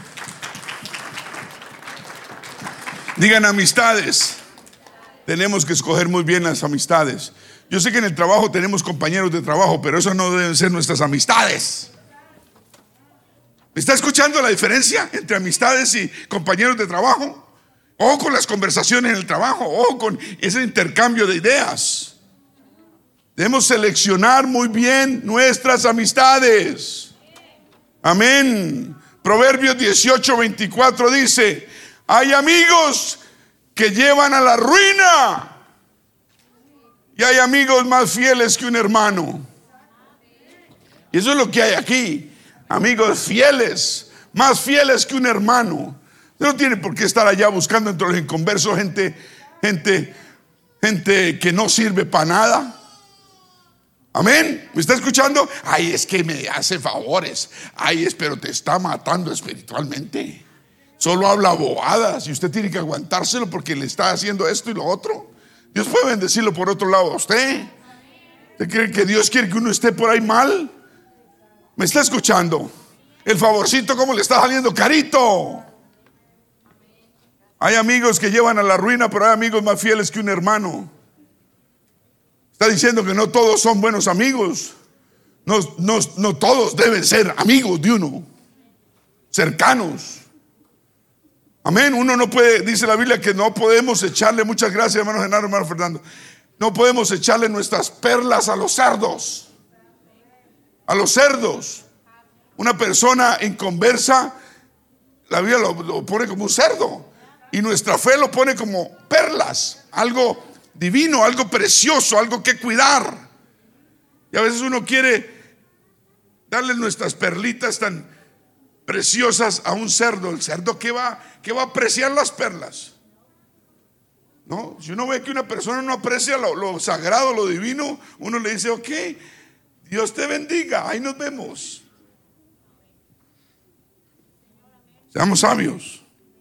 Digan amistades. Tenemos que escoger muy bien las amistades. Yo sé que en el trabajo tenemos compañeros de trabajo, pero eso no deben ser nuestras amistades. ¿Me está escuchando la diferencia entre amistades y compañeros de trabajo? Ojo con las conversaciones en el trabajo, ojo con ese intercambio de ideas. Debemos seleccionar muy bien nuestras amistades. Amén. Proverbios dieciocho veinticuatro dice: hay amigos que llevan a la ruina y hay amigos más fieles que un hermano. Y eso es lo que hay aquí. Amigos fieles, más fieles que un hermano. Usted no tiene por qué estar allá buscando entre los inconversos gente, gente, gente que no sirve para nada. Amén. ¿Me está escuchando? Ay, es que me hace favores. Ay, es, pero te está matando espiritualmente. Solo habla bobadas y usted tiene que aguantárselo porque le está haciendo esto y lo otro. Dios puede bendecirlo por otro lado a usted. ¿Usted cree que Dios quiere que uno esté por ahí mal? ¿Me está escuchando? El favorcito, ¿cómo le está saliendo carito? Hay amigos que llevan a la ruina, pero hay amigos más fieles que un hermano. Está diciendo que no todos son buenos amigos. No, no, no todos deben ser amigos de uno, cercanos. Amén. Uno no puede, dice la Biblia, que no podemos echarle, muchas gracias hermano Genaro, hermano Fernando, no podemos echarle nuestras perlas a los cerdos. A los cerdos. Una persona inconversa, la Biblia lo, lo pone como un cerdo, y nuestra fe lo pone como perlas, algo divino, algo precioso, algo que cuidar. Y a veces uno quiere darle nuestras perlitas tan preciosas a un cerdo. El cerdo que va, que va a apreciar las perlas. No, si uno ve que una persona no aprecia lo, lo sagrado, lo divino, uno le dice: ok, Dios te bendiga, ahí nos vemos. Seamos sabios.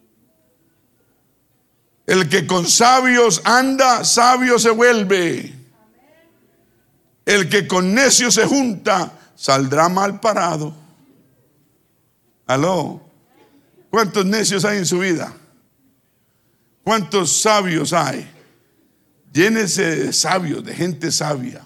El que con sabios anda, sabio se vuelve. El que con necios se junta, saldrá mal parado. Aló. ¿Cuántos necios hay en su vida? ¿Cuántos sabios hay? Llénese de sabios, de gente sabia.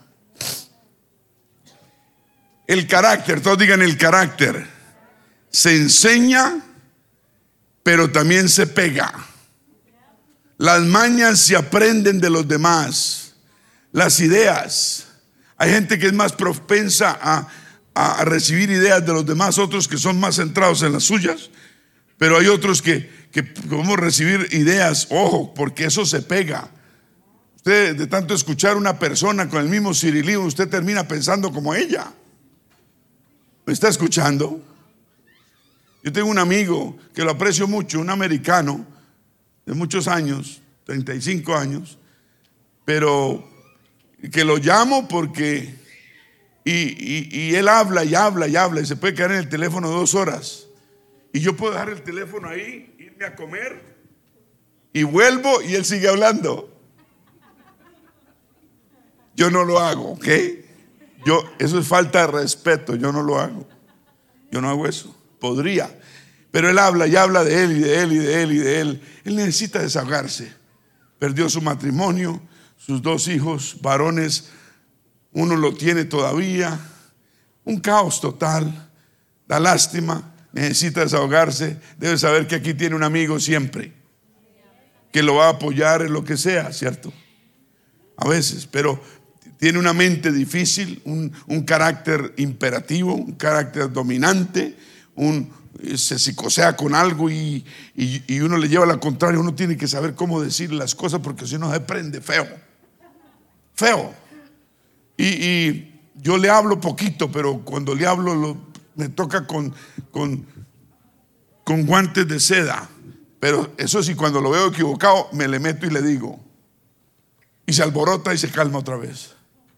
El carácter, todos digan el carácter. Se enseña, pero también se pega. Las mañas se aprenden de los demás. Las ideas. Hay gente que es más propensa a, a, a recibir ideas de los demás, otros que son más centrados en las suyas. Pero hay otros que, que podemos recibir ideas, ojo, porque eso se pega. Usted, de tanto escuchar una persona con el mismo cirilío, usted termina pensando como ella. ¿Me está escuchando? Yo tengo un amigo que lo aprecio mucho, un americano de muchos años, treinta y cinco años, pero que lo llamo porque y, y, y él habla y habla y habla y se puede quedar en el teléfono dos horas y yo puedo dejar el teléfono ahí, irme a comer y vuelvo y él sigue hablando. Yo no lo hago, ¿ok? Yo, eso es falta de respeto, yo no lo hago. Yo no hago eso. Podría. Pero él habla y habla de él y de él y de él y de él. Él necesita desahogarse. Perdió su matrimonio, sus dos hijos varones, uno lo tiene todavía. Un caos total. Da lástima. Necesita desahogarse. Debe saber que aquí tiene un amigo siempre, que lo va a apoyar en lo que sea, ¿cierto? A veces, pero tiene una mente difícil, un, un carácter imperativo, un carácter dominante, un, se psicosea con algo y, y, y uno le lleva a la contraria. Uno tiene que saber cómo decir las cosas, porque si no se prende feo, feo. Y, y yo le hablo poquito, pero cuando le hablo lo, me toca con, con, con guantes de seda. Pero eso sí, cuando lo veo equivocado, me le meto y le digo. Y se alborota y se calma otra vez.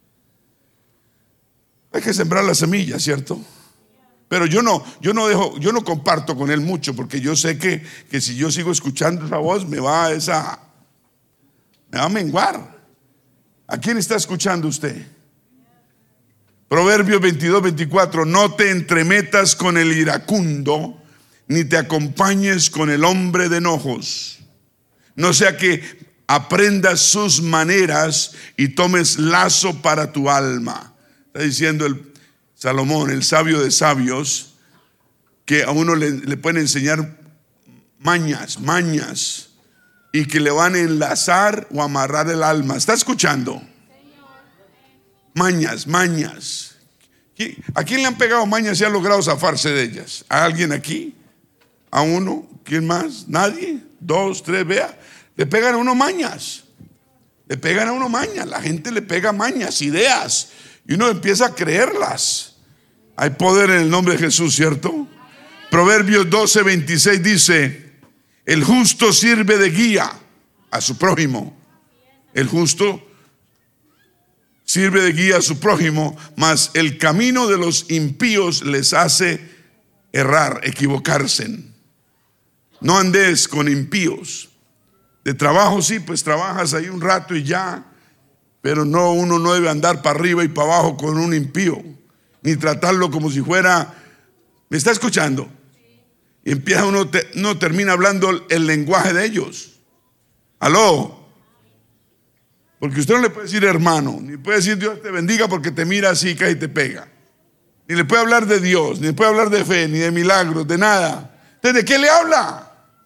Hay que sembrar la semilla, ¿cierto? Pero yo no, yo no dejo, yo no comparto con él mucho, porque yo sé que, que si yo sigo escuchando esa voz, me va a esa, me va a menguar. ¿A quién está escuchando usted? Proverbios veintidós, veinticuatro. No te entremetas con el iracundo, ni te acompañes con el hombre de enojos, no sea que aprendas sus maneras y tomes lazo para tu alma. Está diciendo el Salomón, el sabio de sabios, que a uno le, le pueden enseñar mañas, mañas, y que le van a enlazar o amarrar el alma. ¿Está escuchando? Mañas, mañas. ¿A quién le han pegado mañas y ha logrado zafarse de ellas? ¿A alguien aquí? ¿A uno? ¿Quién más? ¿Nadie? ¿Dos, tres? Vea, le pegan a uno mañas. Le pegan a uno mañas. La gente le pega mañas, ideas, y uno empieza a creerlas. Hay poder en el nombre de Jesús, ¿cierto? Proverbios doce, veintiséis dice: el justo sirve de guía a su prójimo. El justo sirve de guía a su prójimo, mas el camino de los impíos les hace errar, equivocarse. No andes con impíos. De trabajo sí, pues trabajas ahí un rato y ya, pero no, uno no debe andar para arriba y para abajo con un impío, ni tratarlo como si fuera, ¿me está escuchando? Y empieza uno, te, no termina hablando el, el lenguaje de ellos. Aló. Porque usted no le puede decir hermano, ni puede decir Dios te bendiga, porque te mira así, cae y te pega. Ni le puede hablar de Dios, ni le puede hablar de fe, ni de milagros, de nada. ¿Entonces de qué le habla?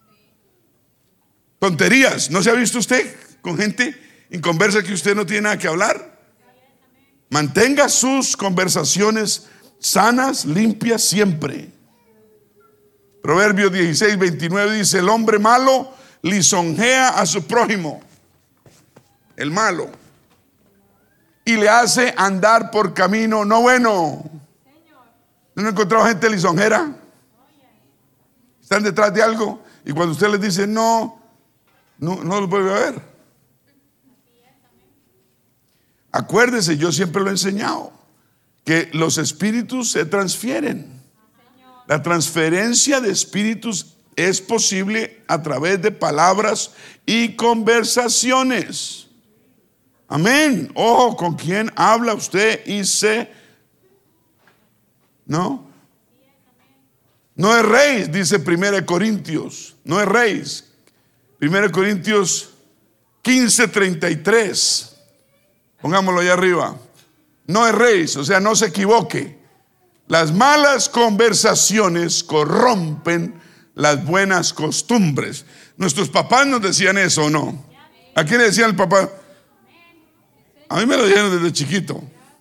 Tonterías. ¿No se ha visto usted con gente inconversa que usted no tiene nada que hablar? Mantenga sus conversaciones sanas, limpias siempre. Proverbios dieciséis, veintinueve dice: el hombre malo lisonjea a su prójimo, el malo, y le hace andar por camino no bueno. ¿No han encontrado gente lisonjera? Están detrás de algo y cuando usted les dice no, no, no los vuelve a ver. Acuérdese, yo siempre lo he enseñado, que los espíritus se transfieren. La transferencia de espíritus es posible a través de palabras y conversaciones. Amén. Ojo con quién habla usted y se... No. No erréis, dice primera de Corintios. No erréis. primera de Corintios quince, treinta y tres. Pongámoslo allá arriba. No erréis, o sea, no se equivoque. Las malas conversaciones corrompen las buenas costumbres. Nuestros papás nos decían eso, ¿o no? ¿A quién le decían el papá? A mí me lo dijeron desde chiquito.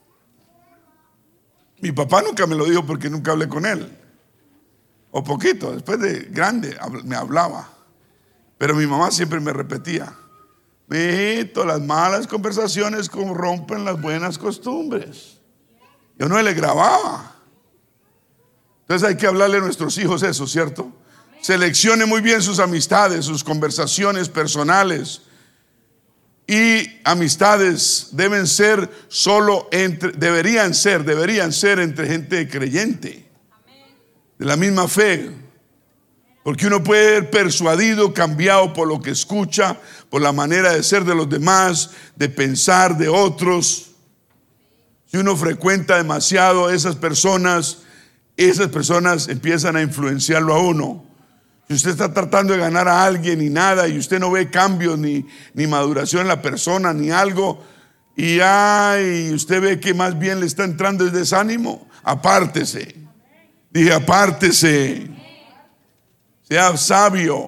Mi papá nunca me lo dijo porque nunca hablé con él. O poquito, después de grande me hablaba. Pero mi mamá siempre me repetía: mijito, las malas conversaciones corrompen las buenas costumbres. Yo no le grababa. Entonces hay que hablarle a nuestros hijos eso, ¿cierto? Seleccione muy bien sus amistades, sus conversaciones personales. Y amistades deben ser solo entre, deberían ser, deberían ser entre gente creyente, de la misma fe. Porque uno puede ser persuadido, cambiado por lo que escucha, por la manera de ser de los demás, de pensar de otros. Si uno frecuenta demasiado esas personas, esas personas empiezan a influenciarlo a uno. Si usted está tratando de ganar a alguien y nada, y usted no ve cambios ni, ni maduración en la persona, ni algo, y ay, usted ve que más bien le está entrando el desánimo, apártese. Dije, apártese. Sea sabio.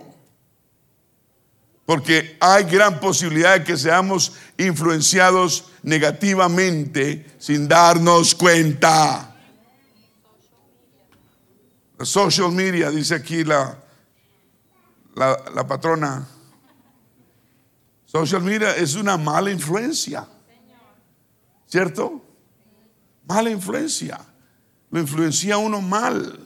Porque hay gran posibilidad de que seamos influenciados negativamente sin darnos cuenta. La social media, dice aquí la, la, la patrona. Social media es una mala influencia. ¿Cierto? Mala influencia. Lo influencia a uno mal.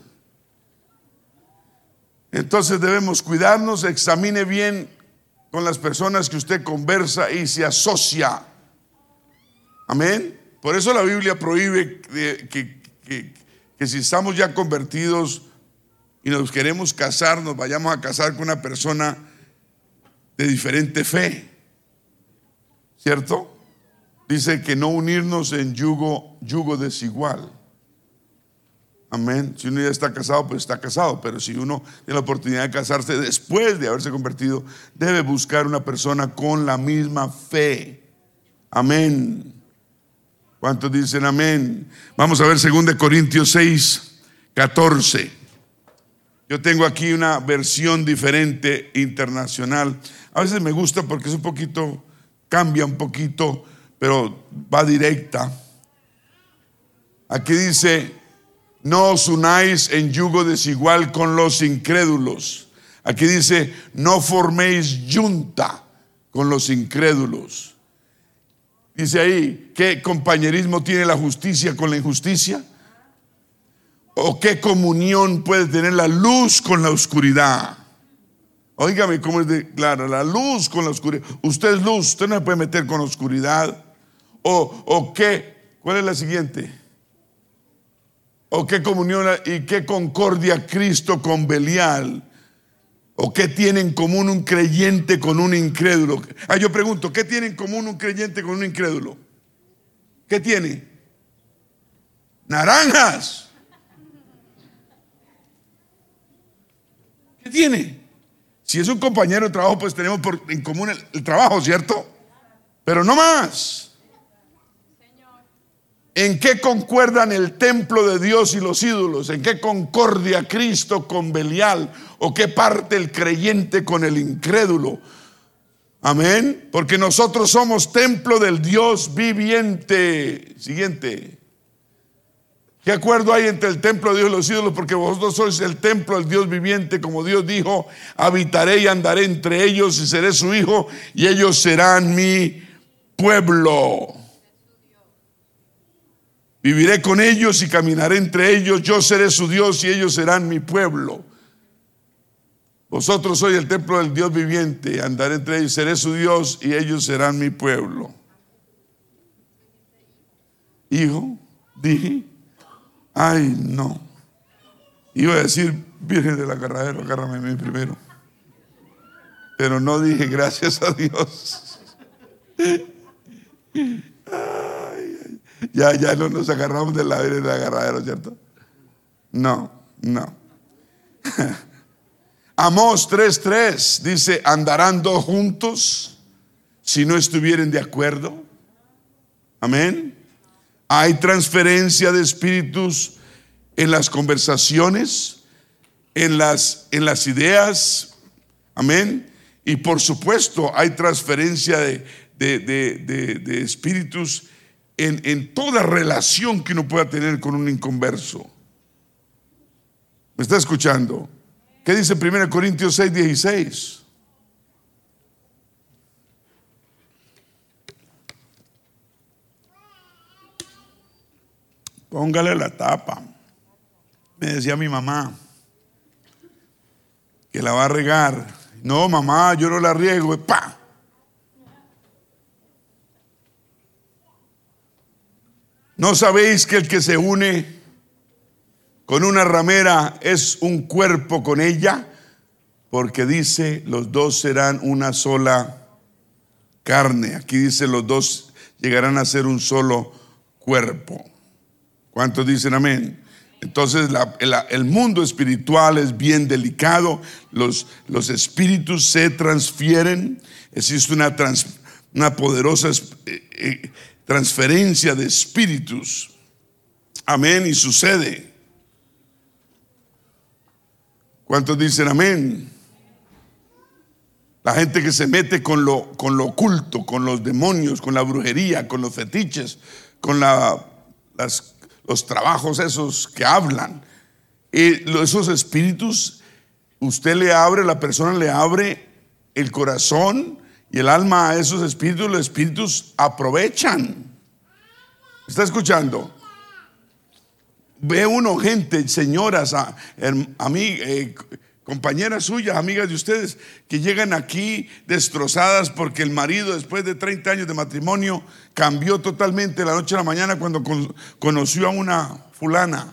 Entonces debemos cuidarnos, examine bien con las personas que usted conversa y se asocia. Amén. Por eso la Biblia prohíbe que, que, que, que si estamos ya convertidos y nos queremos casar, nos vayamos a casar con una persona de diferente fe. ¿Cierto? Dice que no unirnos en yugo, yugo desigual. Amén. Si uno ya está casado, pues está casado. Pero si uno tiene la oportunidad de casarse después de haberse convertido, debe buscar una persona con la misma fe. Amén. ¿Cuántos dicen amén? Vamos a ver dos Corintios seis, catorce. Yo tengo aquí una versión diferente internacional. A veces me gusta porque es un poquito, cambia un poquito, pero va directa. Aquí dice: no os unáis en yugo desigual con los incrédulos. Aquí dice: no forméis yunta con los incrédulos. Dice ahí: ¿qué compañerismo tiene la justicia con la injusticia? ¿O qué comunión puede tener la luz con la oscuridad? Óigame cómo es de clara, la luz con la oscuridad. Usted es luz, usted no se puede meter con oscuridad. ¿O, o qué? ¿Cuál es la siguiente? ¿O qué comunión y qué concordia Cristo con Belial? ¿O qué tiene en común un creyente con un incrédulo? Ah, yo pregunto, ¿qué tiene en común un creyente con un incrédulo? ¿Qué tiene? Naranjas. ¿Qué tiene? Si es un compañero de trabajo, pues tenemos por, en común el, el trabajo, ¿cierto? Pero no más. ¿En qué concuerdan el templo de Dios y los ídolos? ¿En qué concordia Cristo con Belial? ¿O qué parte el creyente con el incrédulo? Amén. Porque nosotros somos templo del Dios viviente. Siguiente. ¿Qué acuerdo hay entre el templo de Dios y los ídolos? Porque vosotros sois el templo del Dios viviente. Como Dios dijo: habitaré y andaré entre ellos y seré su hijo y ellos serán mi pueblo. Viviré con ellos y caminaré entre ellos. Yo seré su Dios y ellos serán mi pueblo. Vosotros sois el templo del Dios viviente. Andaré entre ellos, seré su Dios y ellos serán mi pueblo. Hijo, dije, ay no. Iba a decir: Virgen del Agarradero, agárrame a mí primero. Pero no dije gracias a Dios. Ay, ya, ya no nos agarramos de la Virgen del Agarradero, ¿cierto? No, no. Amós tres tres dice: ¿andarán dos juntos si no estuvieren de acuerdo? Amén. Hay transferencia de espíritus en las conversaciones, en las, en las ideas. Amén. Y por supuesto hay transferencia de, de, de, de, de espíritus en, en toda relación que uno pueda tener con un inconverso. ¿Me está escuchando? ¿Qué dice primera Corintios seis dieciséis? Póngale la tapa. Me decía mi mamá que la va a regar. No, mamá, yo no la riego. ¡Pah! ¿No sabéis que el que se une con una ramera es un cuerpo con ella? Porque dice: los dos serán una sola carne. Aquí dice: los dos llegarán a ser un solo cuerpo. ¿Cuántos dicen amén? Entonces la, el, el mundo espiritual es bien delicado. Los, los espíritus se transfieren. Existe una, trans, una poderosa eh, eh, transferencia de espíritus. Amén. Y sucede. ¿Cuántos dicen amén? La gente que se mete con lo, con lo oculto, con los demonios, con la brujería, con los fetiches, con la, las, los trabajos esos que hablan. Y esos espíritus, usted le abre, la persona le abre el corazón y el alma a esos espíritus. Los espíritus aprovechan. ¿Está escuchando? Ve uno gente, señoras, a, a mí, eh, compañeras suyas, amigas de ustedes, que llegan aquí destrozadas porque el marido, después de treinta años de matrimonio, cambió totalmente de la noche a la mañana cuando con, conoció a una fulana.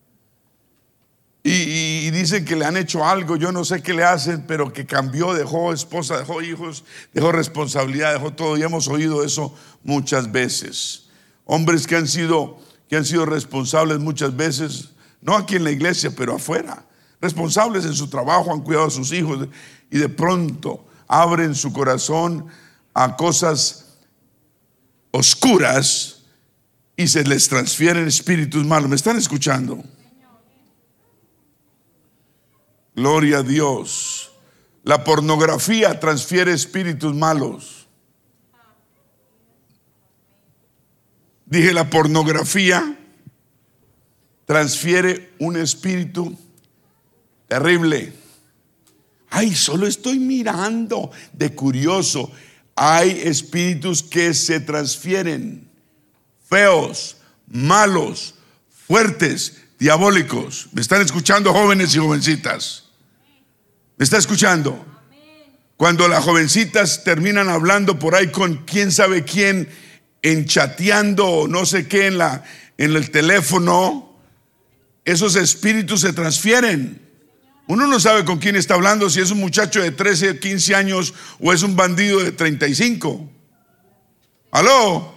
Y, y, y dicen que le han hecho algo, yo no sé qué le hacen, pero que cambió, dejó esposa, dejó hijos, dejó responsabilidad, dejó todo. Y hemos oído eso muchas veces. Hombres que han sido, que han sido responsables muchas veces, no aquí en la iglesia, pero afuera. Responsables en su trabajo, han cuidado a sus hijos y de pronto abren su corazón a cosas oscuras y se les transfieren espíritus malos. ¿Me están escuchando? Gloria a Dios. La pornografía transfiere espíritus malos. Dije, la pornografía transfiere un espíritu terrible. Ay, solo estoy mirando de curioso. Hay espíritus que se transfieren, feos, malos, fuertes, diabólicos. ¿Me están escuchando, jóvenes y jovencitas? ¿Me está escuchando? Cuando las jovencitas terminan hablando por ahí con quién sabe quién, en chateando o no sé qué en, la, en el teléfono, esos espíritus se transfieren. Uno no sabe con quién está hablando, si es un muchacho de trece, quince años o es un bandido de treinta y cinco. ¿Aló?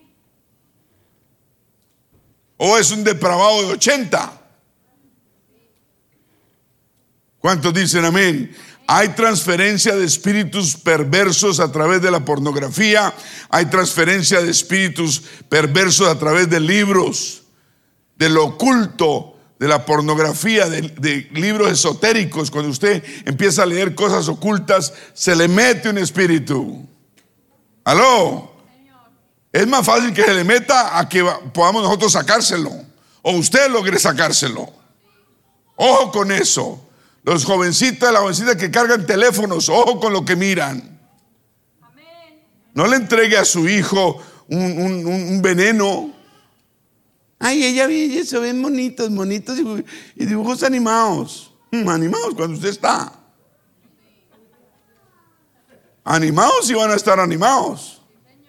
O es un depravado de ochenta. ¿Cuántos dicen amén? Hay transferencia de espíritus perversos a través de la pornografía. Hay transferencia de espíritus perversos a través de libros, de lo oculto, de la pornografía, de, de libros esotéricos. Cuando usted empieza a leer cosas ocultas, se le mete un espíritu. ¿Aló? Es más fácil que se le meta a que podamos nosotros sacárselo, o usted logre sacárselo. Ojo con eso. Los jovencitas, las jovencitas que cargan teléfonos, ojo con lo que miran. No le entregue a su hijo un, un, un veneno. Ay, ella, ella se ven bonitos, bonitos y, y dibujos animados. Hmm, animados cuando usted está. Animados y van a estar animados.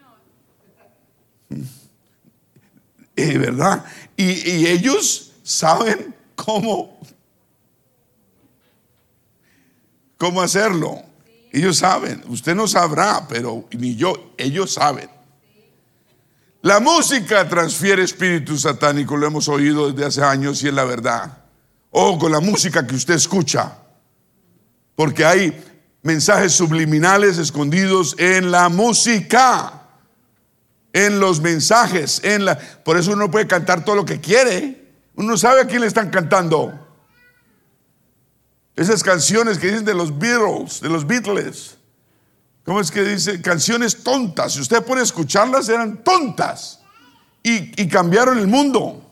Es verdad. Y, y ellos saben cómo, cómo hacerlo. Ellos saben. Usted no sabrá, pero ni yo, ellos saben. La música transfiere espíritu satánico, lo hemos oído desde hace años y es la verdad. Ojo con la música que usted escucha, porque hay mensajes subliminales escondidos en la música, en los mensajes, en la, por eso uno puede cantar todo lo que quiere. Uno sabe a quién le están cantando. Esas canciones que dicen de los Beatles, de los Beatles. ¿Cómo es que dice? Canciones tontas. Si usted pone a escucharlas, eran tontas. Y, y cambiaron el mundo.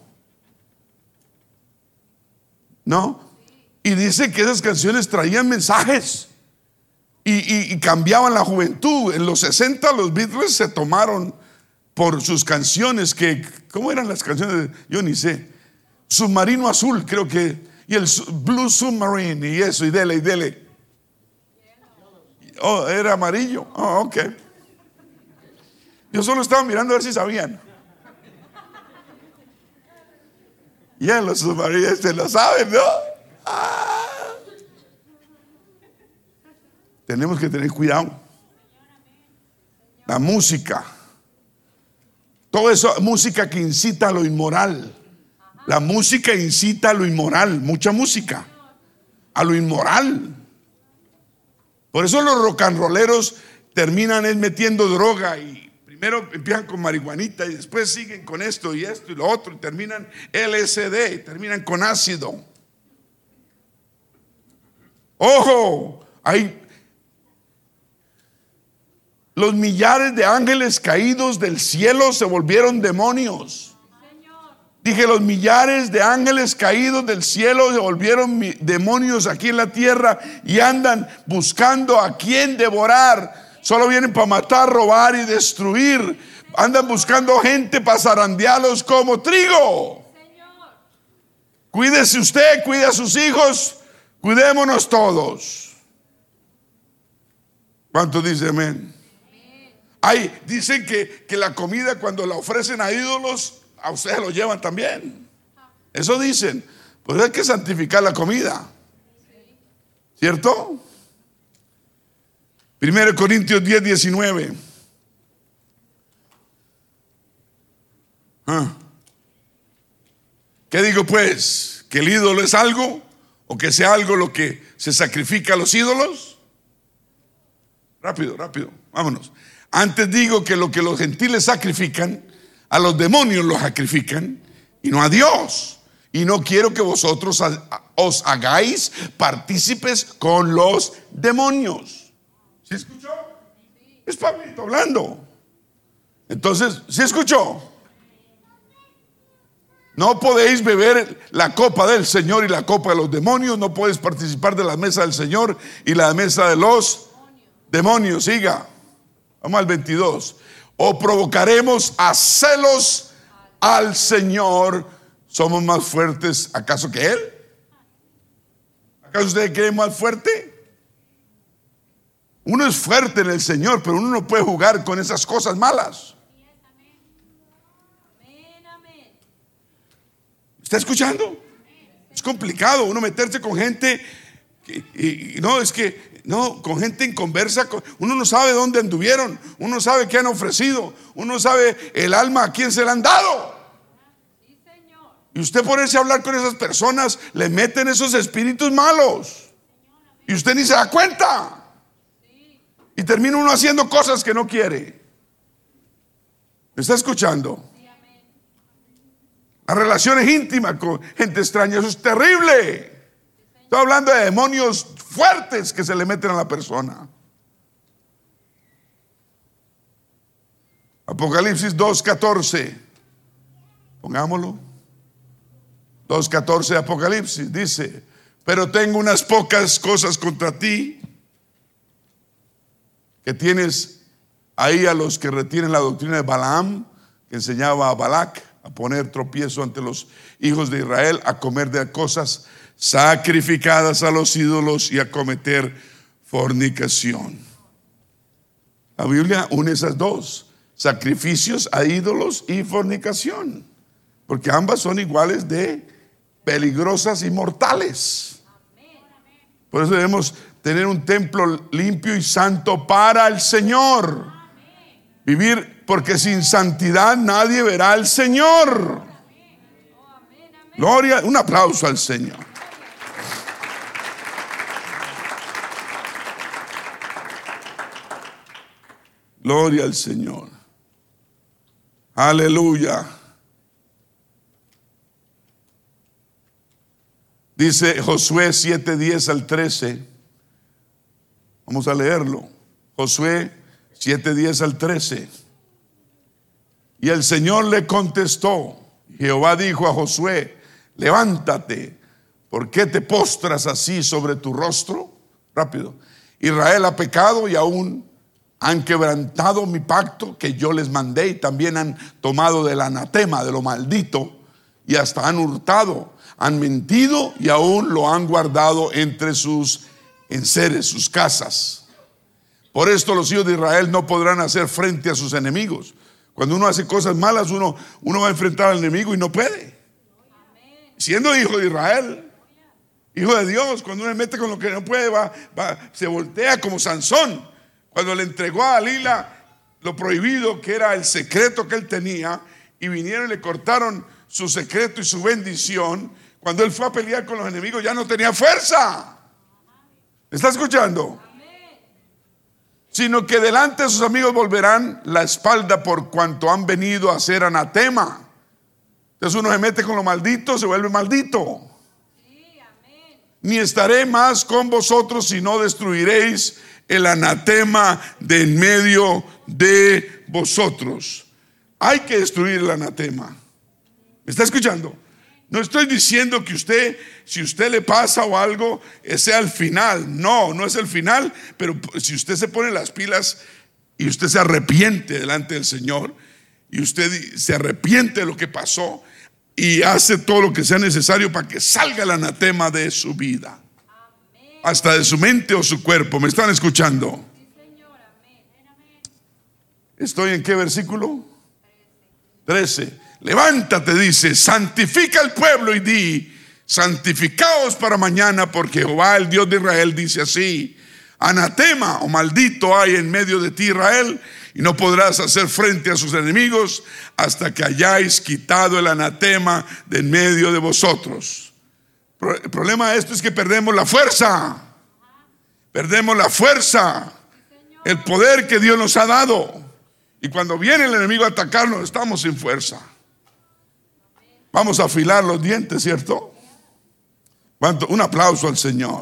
¿No? Y dice que esas canciones traían mensajes. Y, y, y cambiaban la juventud. En los sesenta los Beatles se tomaron por sus canciones que, ¿cómo eran las canciones? Yo ni sé. Submarino Azul, creo que. Y el Blue Submarine y eso, y dele, y dele. Oh, era amarillo. Oh, ok. Yo solo estaba mirando a ver si sabían. Ya los submarinos se lo saben, ¿no? Ah. Tenemos que tener cuidado. La música, Todo eso, música que incita a lo inmoral. La música incita a lo inmoral, mucha música, a lo inmoral. Por eso los rock and rolleros terminan es metiendo droga y primero empiezan con marihuanita y después siguen con esto y esto y lo otro y terminan L S D y terminan con ácido. Ojo, hay los millares de ángeles caídos del cielo se volvieron demonios. Dije, los millares de ángeles caídos del cielo se volvieron demonios aquí en la tierra y andan buscando a quién devorar. Solo vienen para matar, robar y destruir. Andan buscando gente para zarandearlos como trigo. Cuídese usted, cuide a sus hijos, cuidémonos todos. ¿Cuántos dicen amén? Hay, dicen que, que la comida cuando la ofrecen a ídolos, a ustedes lo llevan también. Eso dicen. Pues hay que santificar la comida, ¿cierto? Primero Corintios diez, diecinueve. ¿Ah? ¿Qué digo pues? ¿Que el ídolo es algo? ¿O que sea algo lo que se sacrifica a los ídolos? Rápido, rápido, vámonos. Antes digo que lo que los gentiles sacrifican, a los demonios los sacrifican y no a Dios. Y no quiero que vosotros os hagáis partícipes con los demonios. ¿Sí escuchó? Es Pablito hablando. Entonces, ¿sí escuchó? No podéis beber la copa del Señor y la copa de los demonios. No podéis participar de la mesa del Señor y la mesa de los demonios. Siga. Vamos al veintidós. O provocaremos a celos al Señor. ¿Somos más fuertes acaso que Él? ¿Acaso usted cree más fuerte? Uno es fuerte en el Señor, pero uno no puede jugar con esas cosas malas. ¿Está escuchando? Es complicado uno meterse con gente que, y, y no, es que no, con gente en conversa, con, uno no sabe dónde anduvieron, uno no sabe qué han ofrecido, uno no sabe el alma a quién se le han dado. Y usted ponerse a hablar con esas personas, le meten esos espíritus malos y usted ni se da cuenta y termina uno haciendo cosas que no quiere. ¿Me está escuchando? Las relaciones íntimas con gente extraña, eso es terrible. Estoy hablando de demonios fuertes que se le meten a la persona. Apocalipsis dos catorce. Pongámoslo. dos catorce de Apocalipsis dice: pero tengo unas pocas cosas contra ti, que tienes ahí a los que retienen la doctrina de Balaam, que enseñaba a Balac a poner tropiezo ante los hijos de Israel, a comer de cosas sacrificadas a los ídolos y a cometer fornicación. La Biblia une esas dos: sacrificios a ídolos y fornicación, porque ambas son iguales de peligrosas y mortales. Por eso debemos tener un templo limpio y santo para el Señor. Vivir, porque sin santidad nadie verá al Señor. Gloria, un aplauso al Señor. Gloria al Señor. Aleluya. Dice Josué siete, diez al trece. Vamos a leerlo. Josué siete, diez al trece. Y el Señor le contestó. Jehová dijo a Josué: levántate, ¿por qué te postras así sobre tu rostro? Rápido. Israel ha pecado y aún han quebrantado mi pacto que yo les mandé, y también han tomado del anatema, de lo maldito, y hasta han hurtado, han mentido y aún lo han guardado entre sus enseres, sus casas. Por esto los hijos de Israel no podrán hacer frente a sus enemigos. Cuando uno hace cosas malas, uno, uno va a enfrentar al enemigo y no puede. Siendo hijo de Israel, hijo de Dios, cuando uno se mete con lo que no puede, va, va, se voltea como Sansón. Cuando le entregó a Dalila lo prohibido que era el secreto que él tenía, y vinieron y le cortaron su secreto y su bendición. Cuando él fue a pelear con los enemigos ya no tenía fuerza. ¿Está escuchando? Sino que delante de sus amigos volverán la espalda por cuanto han venido a hacer anatema. Entonces uno se mete con lo maldito, se vuelve maldito. Ni estaré más con vosotros si no destruiréis el anatema de en medio de vosotros. Hay que destruir el anatema. ¿Me está escuchando? No estoy diciendo que usted, si usted le pasa o algo, sea el final. No, no es el final. Pero si usted se pone las pilas y usted se arrepiente delante del Señor, y usted se arrepiente de lo que pasó y hace todo lo que sea necesario para que salga el anatema de su vida, hasta de su mente o su cuerpo. ¿Me están escuchando? ¿Estoy en qué versículo? trece. Levántate, dice, santifica al pueblo y di, santificaos para mañana, porque Jehová, el Dios de Israel, dice así: anatema o maldito hay en medio de ti, Israel, y no podrás hacer frente a sus enemigos hasta que hayáis quitado el anatema de en medio de vosotros. El problema de esto es que perdemos la fuerza. Perdemos la fuerza, el poder que Dios nos ha dado. Y cuando viene el enemigo a atacarnos, estamos sin fuerza. Vamos a afilar los dientes, ¿cierto? Un aplauso al Señor.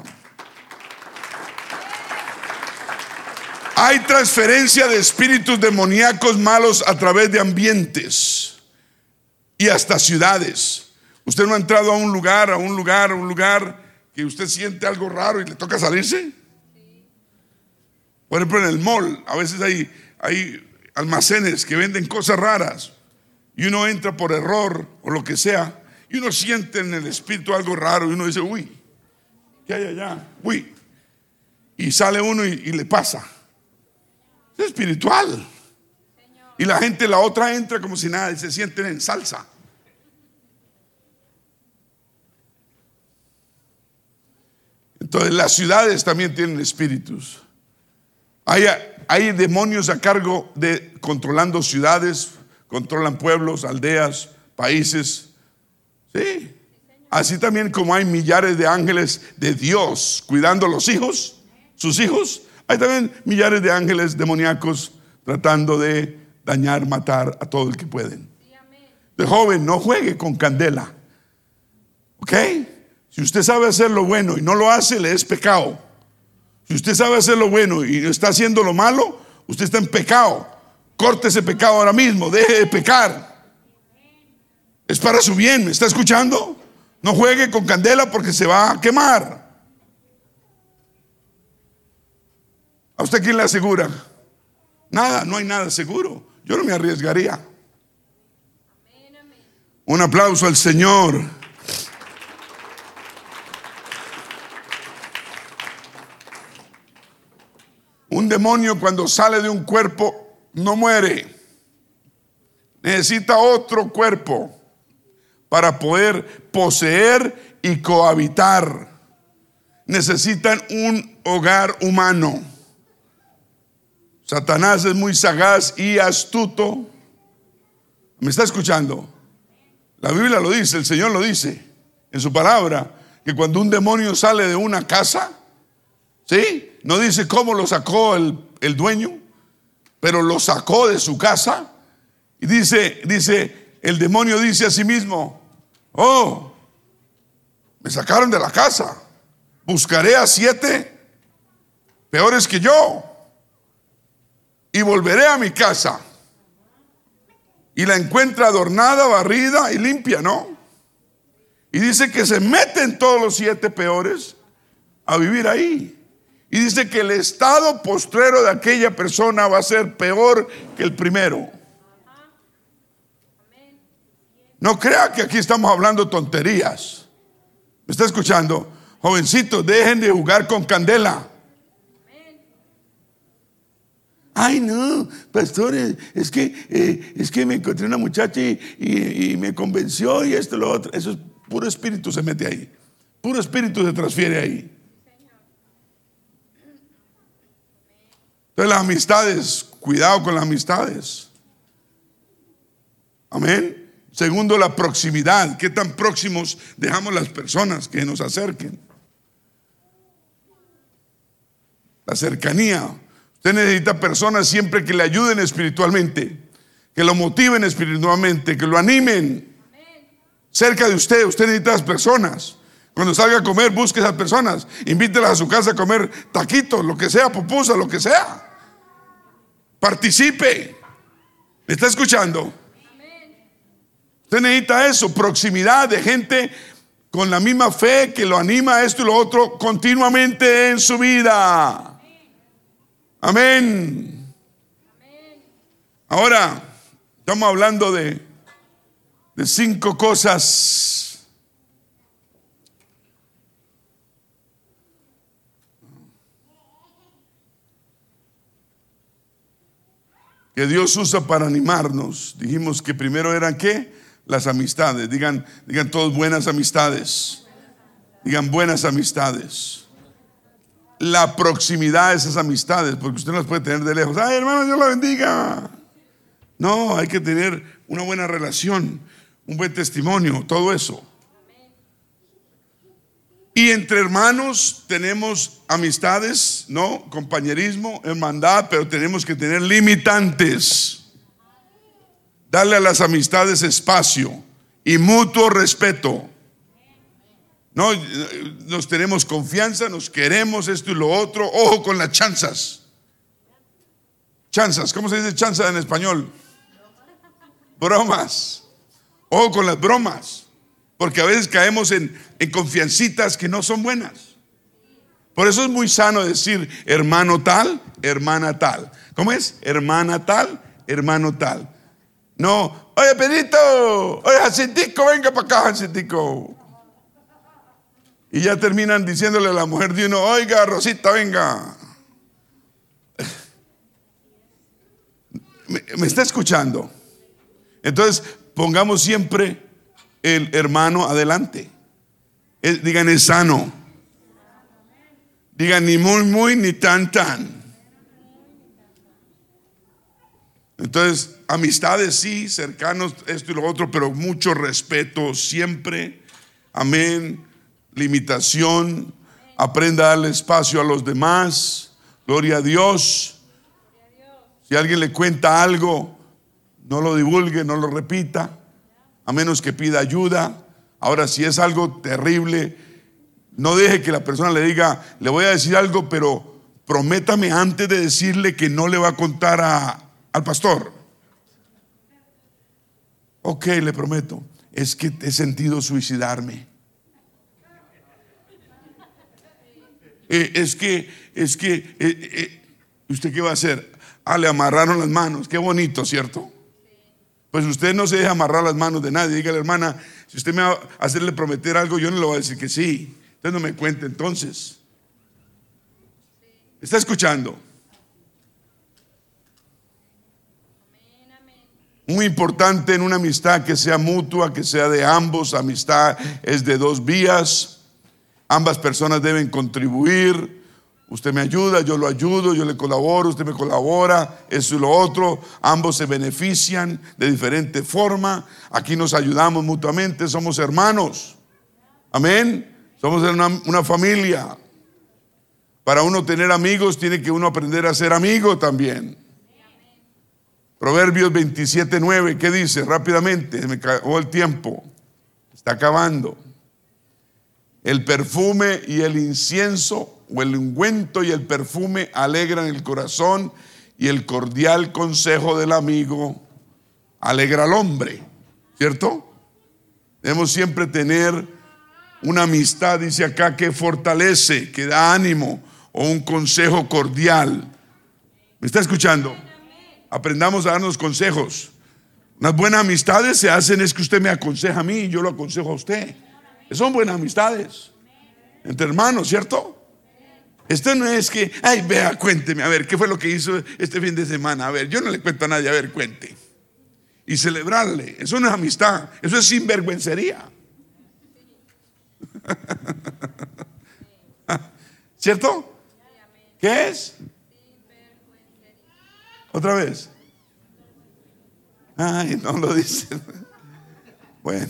Hay transferencia de espíritus demoníacos malos a través de ambientes y hasta ciudades. Usted no ha entrado a un lugar, a un lugar, a un lugar que usted siente algo raro y le toca salirse. Por ejemplo, en el mall, a veces hay, hay almacenes que venden cosas raras. Y uno entra por error o lo que sea, y uno siente en el espíritu algo raro, y uno dice, uy, ¿qué hay allá? Uy. Y sale uno y, y le pasa. Es espiritual. Y la gente, la otra entra como si nada, y se sienten en salsa. Entonces las ciudades también tienen espíritus. Hay, hay demonios a cargo de controlando ciudades, controlan pueblos, aldeas, países. Sí. Así también como hay millares de ángeles de Dios cuidando a los hijos, sus hijos, hay también millares de ángeles demoníacos tratando de dañar, matar a todo el que pueden. De joven, no juegue con candela. ¿Ok? Si usted sabe hacer lo bueno y no lo hace, le es pecado. Si usted sabe hacer lo bueno y está haciendo lo malo, usted está en pecado. Corte ese pecado ahora mismo, deje de pecar. Es para su bien, ¿me está escuchando? No juegue con candela porque se va a quemar. ¿A usted quién le asegura? Nada, no hay nada seguro. Yo no me arriesgaría. Un aplauso al Señor. Un demonio cuando sale de un cuerpo no muere. Necesita otro cuerpo para poder poseer y cohabitar. Necesitan un hogar humano. Satanás es muy sagaz y astuto. ¿Me está escuchando? La Biblia lo dice, el Señor lo dice en su palabra, que cuando un demonio sale de una casa, ¿sí? No dice cómo lo sacó el, el dueño, pero lo sacó de su casa. Y dice, dice, el demonio dice a sí mismo, oh, me sacaron de la casa, buscaré a siete peores que yo y volveré a mi casa. Y la encuentra adornada, barrida y limpia, ¿no? Y dice que se meten todos los siete peores a vivir ahí. Y dice que el estado postrero de aquella persona va a ser peor que el primero. No crea que aquí estamos hablando tonterías. ¿Me está escuchando? Jovencitos, dejen de jugar con candela. Ay, no, pastores, es que, eh, es que me encontré una muchacha y, y, y me convenció y esto y lo otro. Eso es puro espíritu, se mete ahí. Puro espíritu se transfiere ahí. Entonces las amistades, cuidado con las amistades. Amén. Segundo, la proximidad. ¿Qué tan próximos dejamos las personas que nos acerquen? La cercanía. Usted necesita personas siempre que le ayuden espiritualmente, que lo motiven espiritualmente, que lo animen. Cerca de usted, usted necesita a las personas. Cuando salga a comer, busque a esas personas, invítelas a su casa a comer taquitos, lo que sea, pupusa, lo que sea. Participe. ¿Me está escuchando? Usted necesita eso, proximidad de gente con la misma fe que lo anima a esto y lo otro continuamente en su vida. Amén. Ahora estamos hablando de, de cinco cosas que Dios usa para animarnos. Dijimos que primero eran ¿qué? Las amistades. Digan, digan todos buenas amistades. Digan buenas amistades. La proximidad de esas amistades, porque usted no las puede tener de lejos. Ay, hermano, Dios la bendiga. No, hay que tener una buena relación, un buen testimonio, todo eso. Y entre hermanos tenemos amistades, ¿no? Compañerismo, hermandad, pero tenemos que tener limitantes. Darle a las amistades espacio y mutuo respeto. No, nos tenemos confianza, nos queremos esto y lo otro. Ojo con las chanzas. Chanzas, ¿cómo se dice chanza en español? Bromas. Ojo con las bromas. Porque a veces caemos en, en confiancitas que no son buenas. Por eso es muy sano decir hermano tal, hermana tal. ¿Cómo es? Hermana tal, hermano tal. No, oye Pedrito, oye Jacintico, venga para acá Jacintico. Y ya terminan diciéndole a la mujer de uno, oiga Rosita, venga. ¿Me, me está escuchando? Entonces pongamos siempre el hermano adelante. Es, digan es sano. Digan ni muy muy ni tan tan. Entonces amistades sí, cercanos, esto y lo otro, pero mucho respeto siempre. Amén. Limitación. Aprenda a darle espacio a los demás. Gloria a Dios. Si alguien le cuenta algo, no lo divulgue, no lo repita, a menos que pida ayuda. Ahora, si es algo terrible, no deje que la persona le diga, le voy a decir algo, pero prométame antes de decirle que no le va a contar a, al pastor. Ok, le prometo, es que he sentido suicidarme. Eh, es que, es que, eh, eh, ¿usted qué va a hacer? Ah, le amarraron las manos, qué bonito, ¿cierto? Pues usted no se deja amarrar las manos de nadie. Dígale, hermana, si usted me va a hacerle prometer algo, yo no le voy a decir que sí. Usted no me cuente entonces. ¿Está escuchando? Muy importante en una amistad que sea mutua, que sea de ambos. Amistad es de dos vías. Ambas personas deben contribuir. Usted me ayuda, yo lo ayudo, yo le colaboro, usted me colabora, eso y lo otro. Ambos se benefician de diferente forma. Aquí nos ayudamos mutuamente, somos hermanos. Amén. Somos una, una familia. Para uno tener amigos, tiene que uno aprender a ser amigo también. Proverbios veintisiete nueve, ¿qué dice? Rápidamente, me acabó el tiempo. Está acabando. El perfume y el incienso, o el ungüento y el perfume alegran el corazón, y el cordial consejo del amigo alegra al hombre. ¿Cierto? Debemos siempre tener una amistad, dice acá, que fortalece, que da ánimo, o un consejo cordial. ¿Me está escuchando? Aprendamos a darnos consejos. Unas buenas amistades se hacen es que usted me aconseja a mí y yo lo aconsejo a usted. Son buenas amistades entre hermanos, ¿cierto? Esto no es que, ay, vea, cuénteme, a ver, ¿qué fue lo que hizo este fin de semana? A ver, yo no le cuento a nadie, a ver, cuente. Y celebrarle, eso no es amistad, eso es sinvergüencería. ¿Cierto? ¿Qué es? Otra vez. Ay, no lo dicen. Bueno.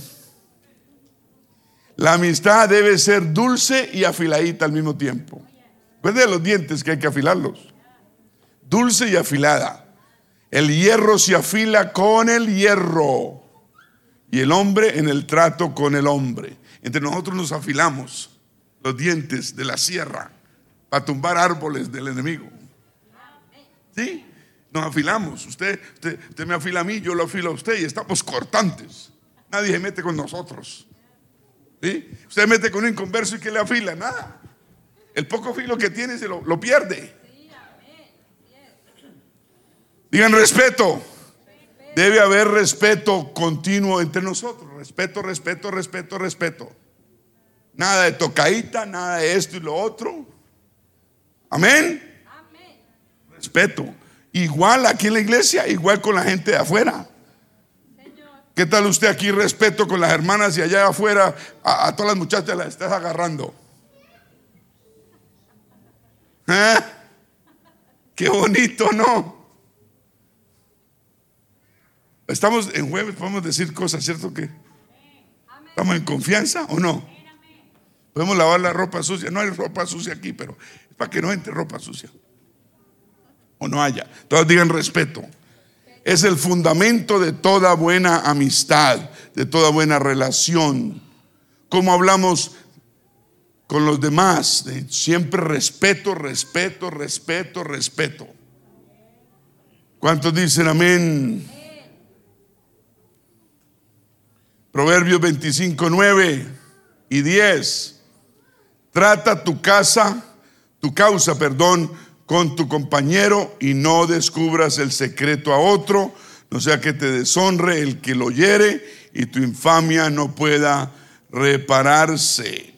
La amistad debe ser dulce y afiladita al mismo tiempo. Recuerden los dientes que hay que afilarlos. Dulce y afilada. El hierro se afila con el hierro y el hombre en el trato con el hombre. Entre nosotros nos afilamos los dientes de la sierra para tumbar árboles del enemigo. ¿Sí? Nos afilamos. Usted, usted, usted me afila a mí, yo lo afilo a usted y estamos cortantes. Nadie se mete con nosotros. ¿Sí? Usted se mete con un inconverso y ¿qué le afila? Nada. El poco filo que tiene se lo, lo pierde. Digan respeto. Debe haber respeto continuo entre nosotros. Respeto, respeto, respeto, respeto. Nada de tocadita, nada de esto y lo otro. Amén. Respeto. Igual aquí en la iglesia, igual con la gente de afuera. ¿Qué tal usted aquí respeto con las hermanas y allá afuera a, a todas las muchachas las estás agarrando? ¿Eh? Qué bonito, ¿no? Estamos en jueves, podemos decir cosas, ¿cierto que? ¿Estamos en confianza o no? Podemos lavar la ropa sucia. No hay ropa sucia aquí, pero es para que no entre ropa sucia. O no haya. Todos digan respeto. Es el fundamento de toda buena amistad, de toda buena relación. Como hablamos con los demás, de siempre respeto, respeto, respeto, respeto. ¿Cuántos dicen amén? Proverbios veinticinco, nueve y diez. Trata tu casa, tu causa, perdón, con tu compañero y no descubras el secreto a otro, no sea que te deshonre el que lo oyere y tu infamia no pueda repararse.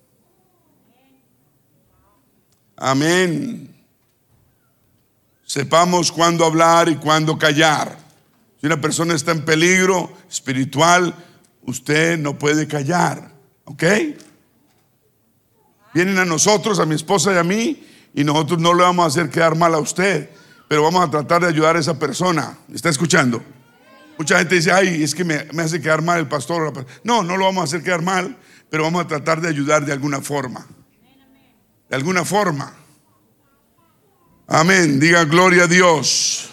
Amén. Sepamos cuándo hablar y cuándo callar. Si una persona está en peligro espiritual, usted no puede callar, ¿ok? Vienen a nosotros, a mi esposa y a mí, y nosotros no le vamos a hacer quedar mal a usted, pero vamos a tratar de ayudar a esa persona. ¿Me está escuchando? Mucha gente dice, ay, es que me, me hace quedar mal el pastor o la pastora. No, no lo vamos a hacer quedar mal, pero vamos a tratar de ayudar de alguna forma. De alguna forma. Amén. Diga gloria a Dios.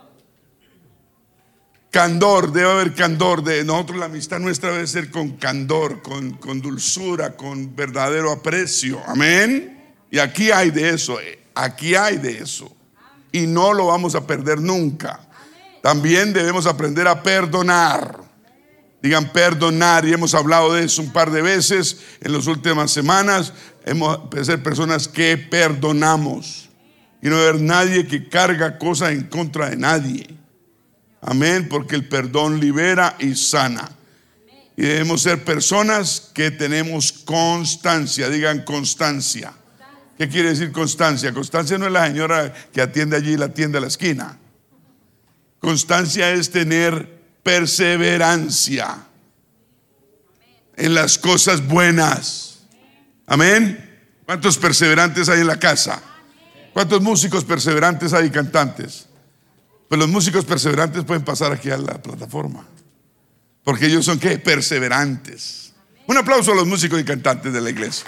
Candor, debe haber candor. De nosotros la amistad nuestra debe ser con candor, con, con dulzura, con verdadero aprecio. Amén. Y aquí hay de eso, aquí hay de eso. Y no lo vamos a perder nunca. También debemos aprender a perdonar. Digan perdonar, y hemos hablado de eso un par de veces en las últimas semanas. Hemos de ser personas que perdonamos. Y no haber nadie que carga cosas en contra de nadie. Amén, porque el perdón libera y sana. Y debemos ser personas que tenemos constancia. Digan constancia. ¿Qué quiere decir constancia? Constancia no es la señora que atiende allí la tienda a la esquina. Constancia es tener perseverancia en las cosas buenas. Amén. ¿Cuántos perseverantes hay en la casa? ¿Cuántos músicos perseverantes hay y cantantes? Pues los músicos perseverantes pueden pasar aquí a la plataforma, porque ellos son ¿qué? Perseverantes. Un aplauso a los músicos y cantantes de la iglesia.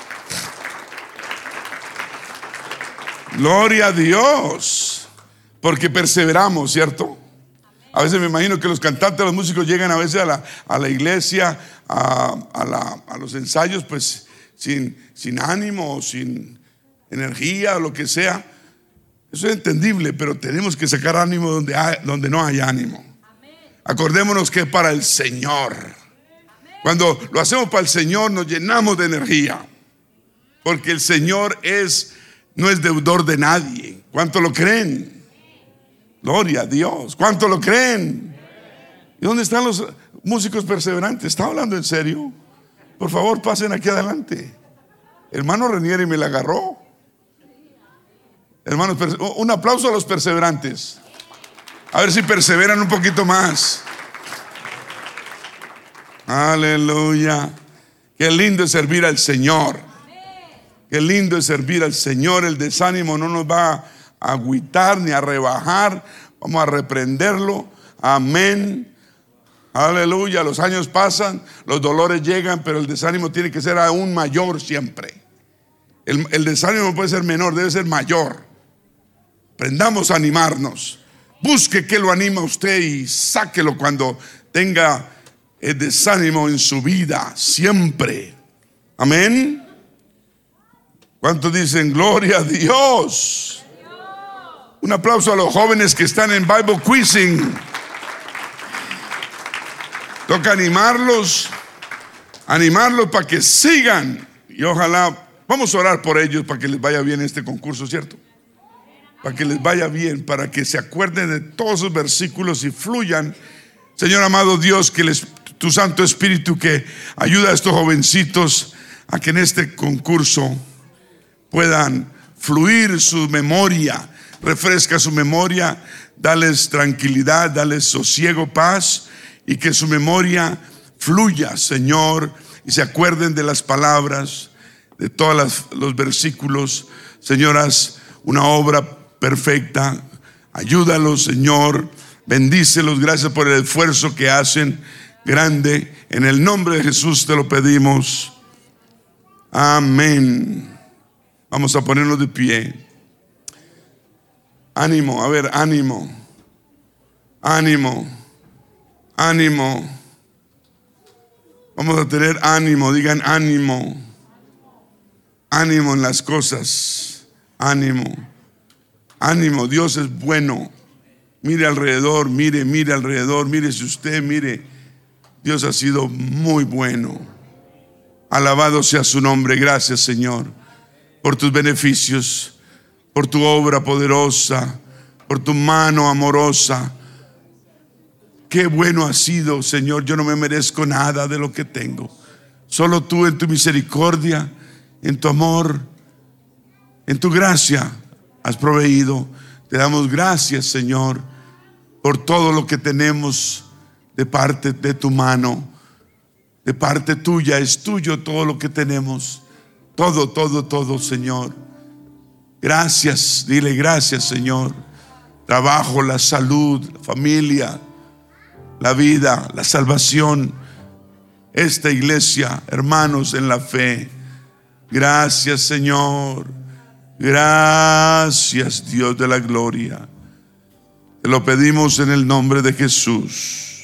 Gloria a Dios, porque perseveramos, ¿cierto? A veces me imagino que los cantantes, los músicos llegan a veces a la, a la iglesia, a, a, la, a los ensayos, pues sin, sin ánimo, sin energía o lo que sea. Eso es entendible, pero tenemos que sacar ánimo donde, hay, donde no hay ánimo. Acordémonos que es para el Señor. Cuando lo hacemos para el Señor nos llenamos de energía, porque el Señor es no es deudor de nadie. ¿Cuánto lo creen? Gloria a Dios. ¿Cuánto lo creen? ¿Y dónde están los músicos perseverantes? ¿Está hablando en serio? Por favor, pasen aquí adelante. Hermano Renieri me la agarró. Hermanos, un aplauso a los perseverantes. A ver si perseveran un poquito más. Aleluya. Qué lindo es servir al Señor. Qué lindo es servir al Señor. El desánimo no nos va agüitar ni a rebajar. Vamos a reprenderlo. Amén. Aleluya. Los años pasan, los dolores llegan, pero el desánimo tiene que ser aún mayor siempre. El, el desánimo no puede ser menor, debe ser mayor. Aprendamos a animarnos. Busque qué lo anima a usted y sáquelo cuando tenga el desánimo en su vida, siempre. Amén. ¿Cuántos dicen gloria a Dios? Un aplauso a los jóvenes que están en Bible Quizzing. Toca animarlos, animarlos para que sigan. Y ojalá, vamos a orar por ellos para que les vaya bien este concurso, ¿cierto? Para que les vaya bien, para que se acuerden de todos esos versículos y fluyan. Señor amado Dios, que les, tu Santo Espíritu que ayuda a estos jovencitos a que en este concurso puedan fluir su memoria, refresca su memoria, dales tranquilidad, dales sosiego, paz, y que su memoria fluya, Señor, y se acuerden de las palabras, de todos los versículos. Señor, haz una obra perfecta. Ayúdalos, Señor, bendícelos. Gracias por el esfuerzo que hacen grande. En el nombre de Jesús te lo pedimos. Amén. Vamos a ponernos de pie. Ánimo, a ver, ánimo. Ánimo. Ánimo. Vamos a tener ánimo. Digan ánimo. Ánimo en las cosas. Ánimo. Ánimo. Dios es bueno. Mire alrededor, mire, mire alrededor. Mire si usted, mire. Dios ha sido muy bueno. Alabado sea su nombre. Gracias, Señor, por tus beneficios, por tu obra poderosa, por tu mano amorosa. Qué bueno ha sido, Señor. Yo no me merezco nada de lo que tengo. Solo tú, en tu misericordia, en tu amor, en tu gracia has proveído. Te damos gracias, Señor, por todo lo que tenemos de parte de tu mano. De parte tuya, es tuyo todo lo que tenemos. Todo, todo, todo, Señor. Gracias, dile gracias, Señor. Trabajo, la salud, la familia, la vida, la salvación, esta iglesia, hermanos en la fe. Gracias, Señor. Gracias, Dios de la gloria. Te lo pedimos en el nombre de Jesús.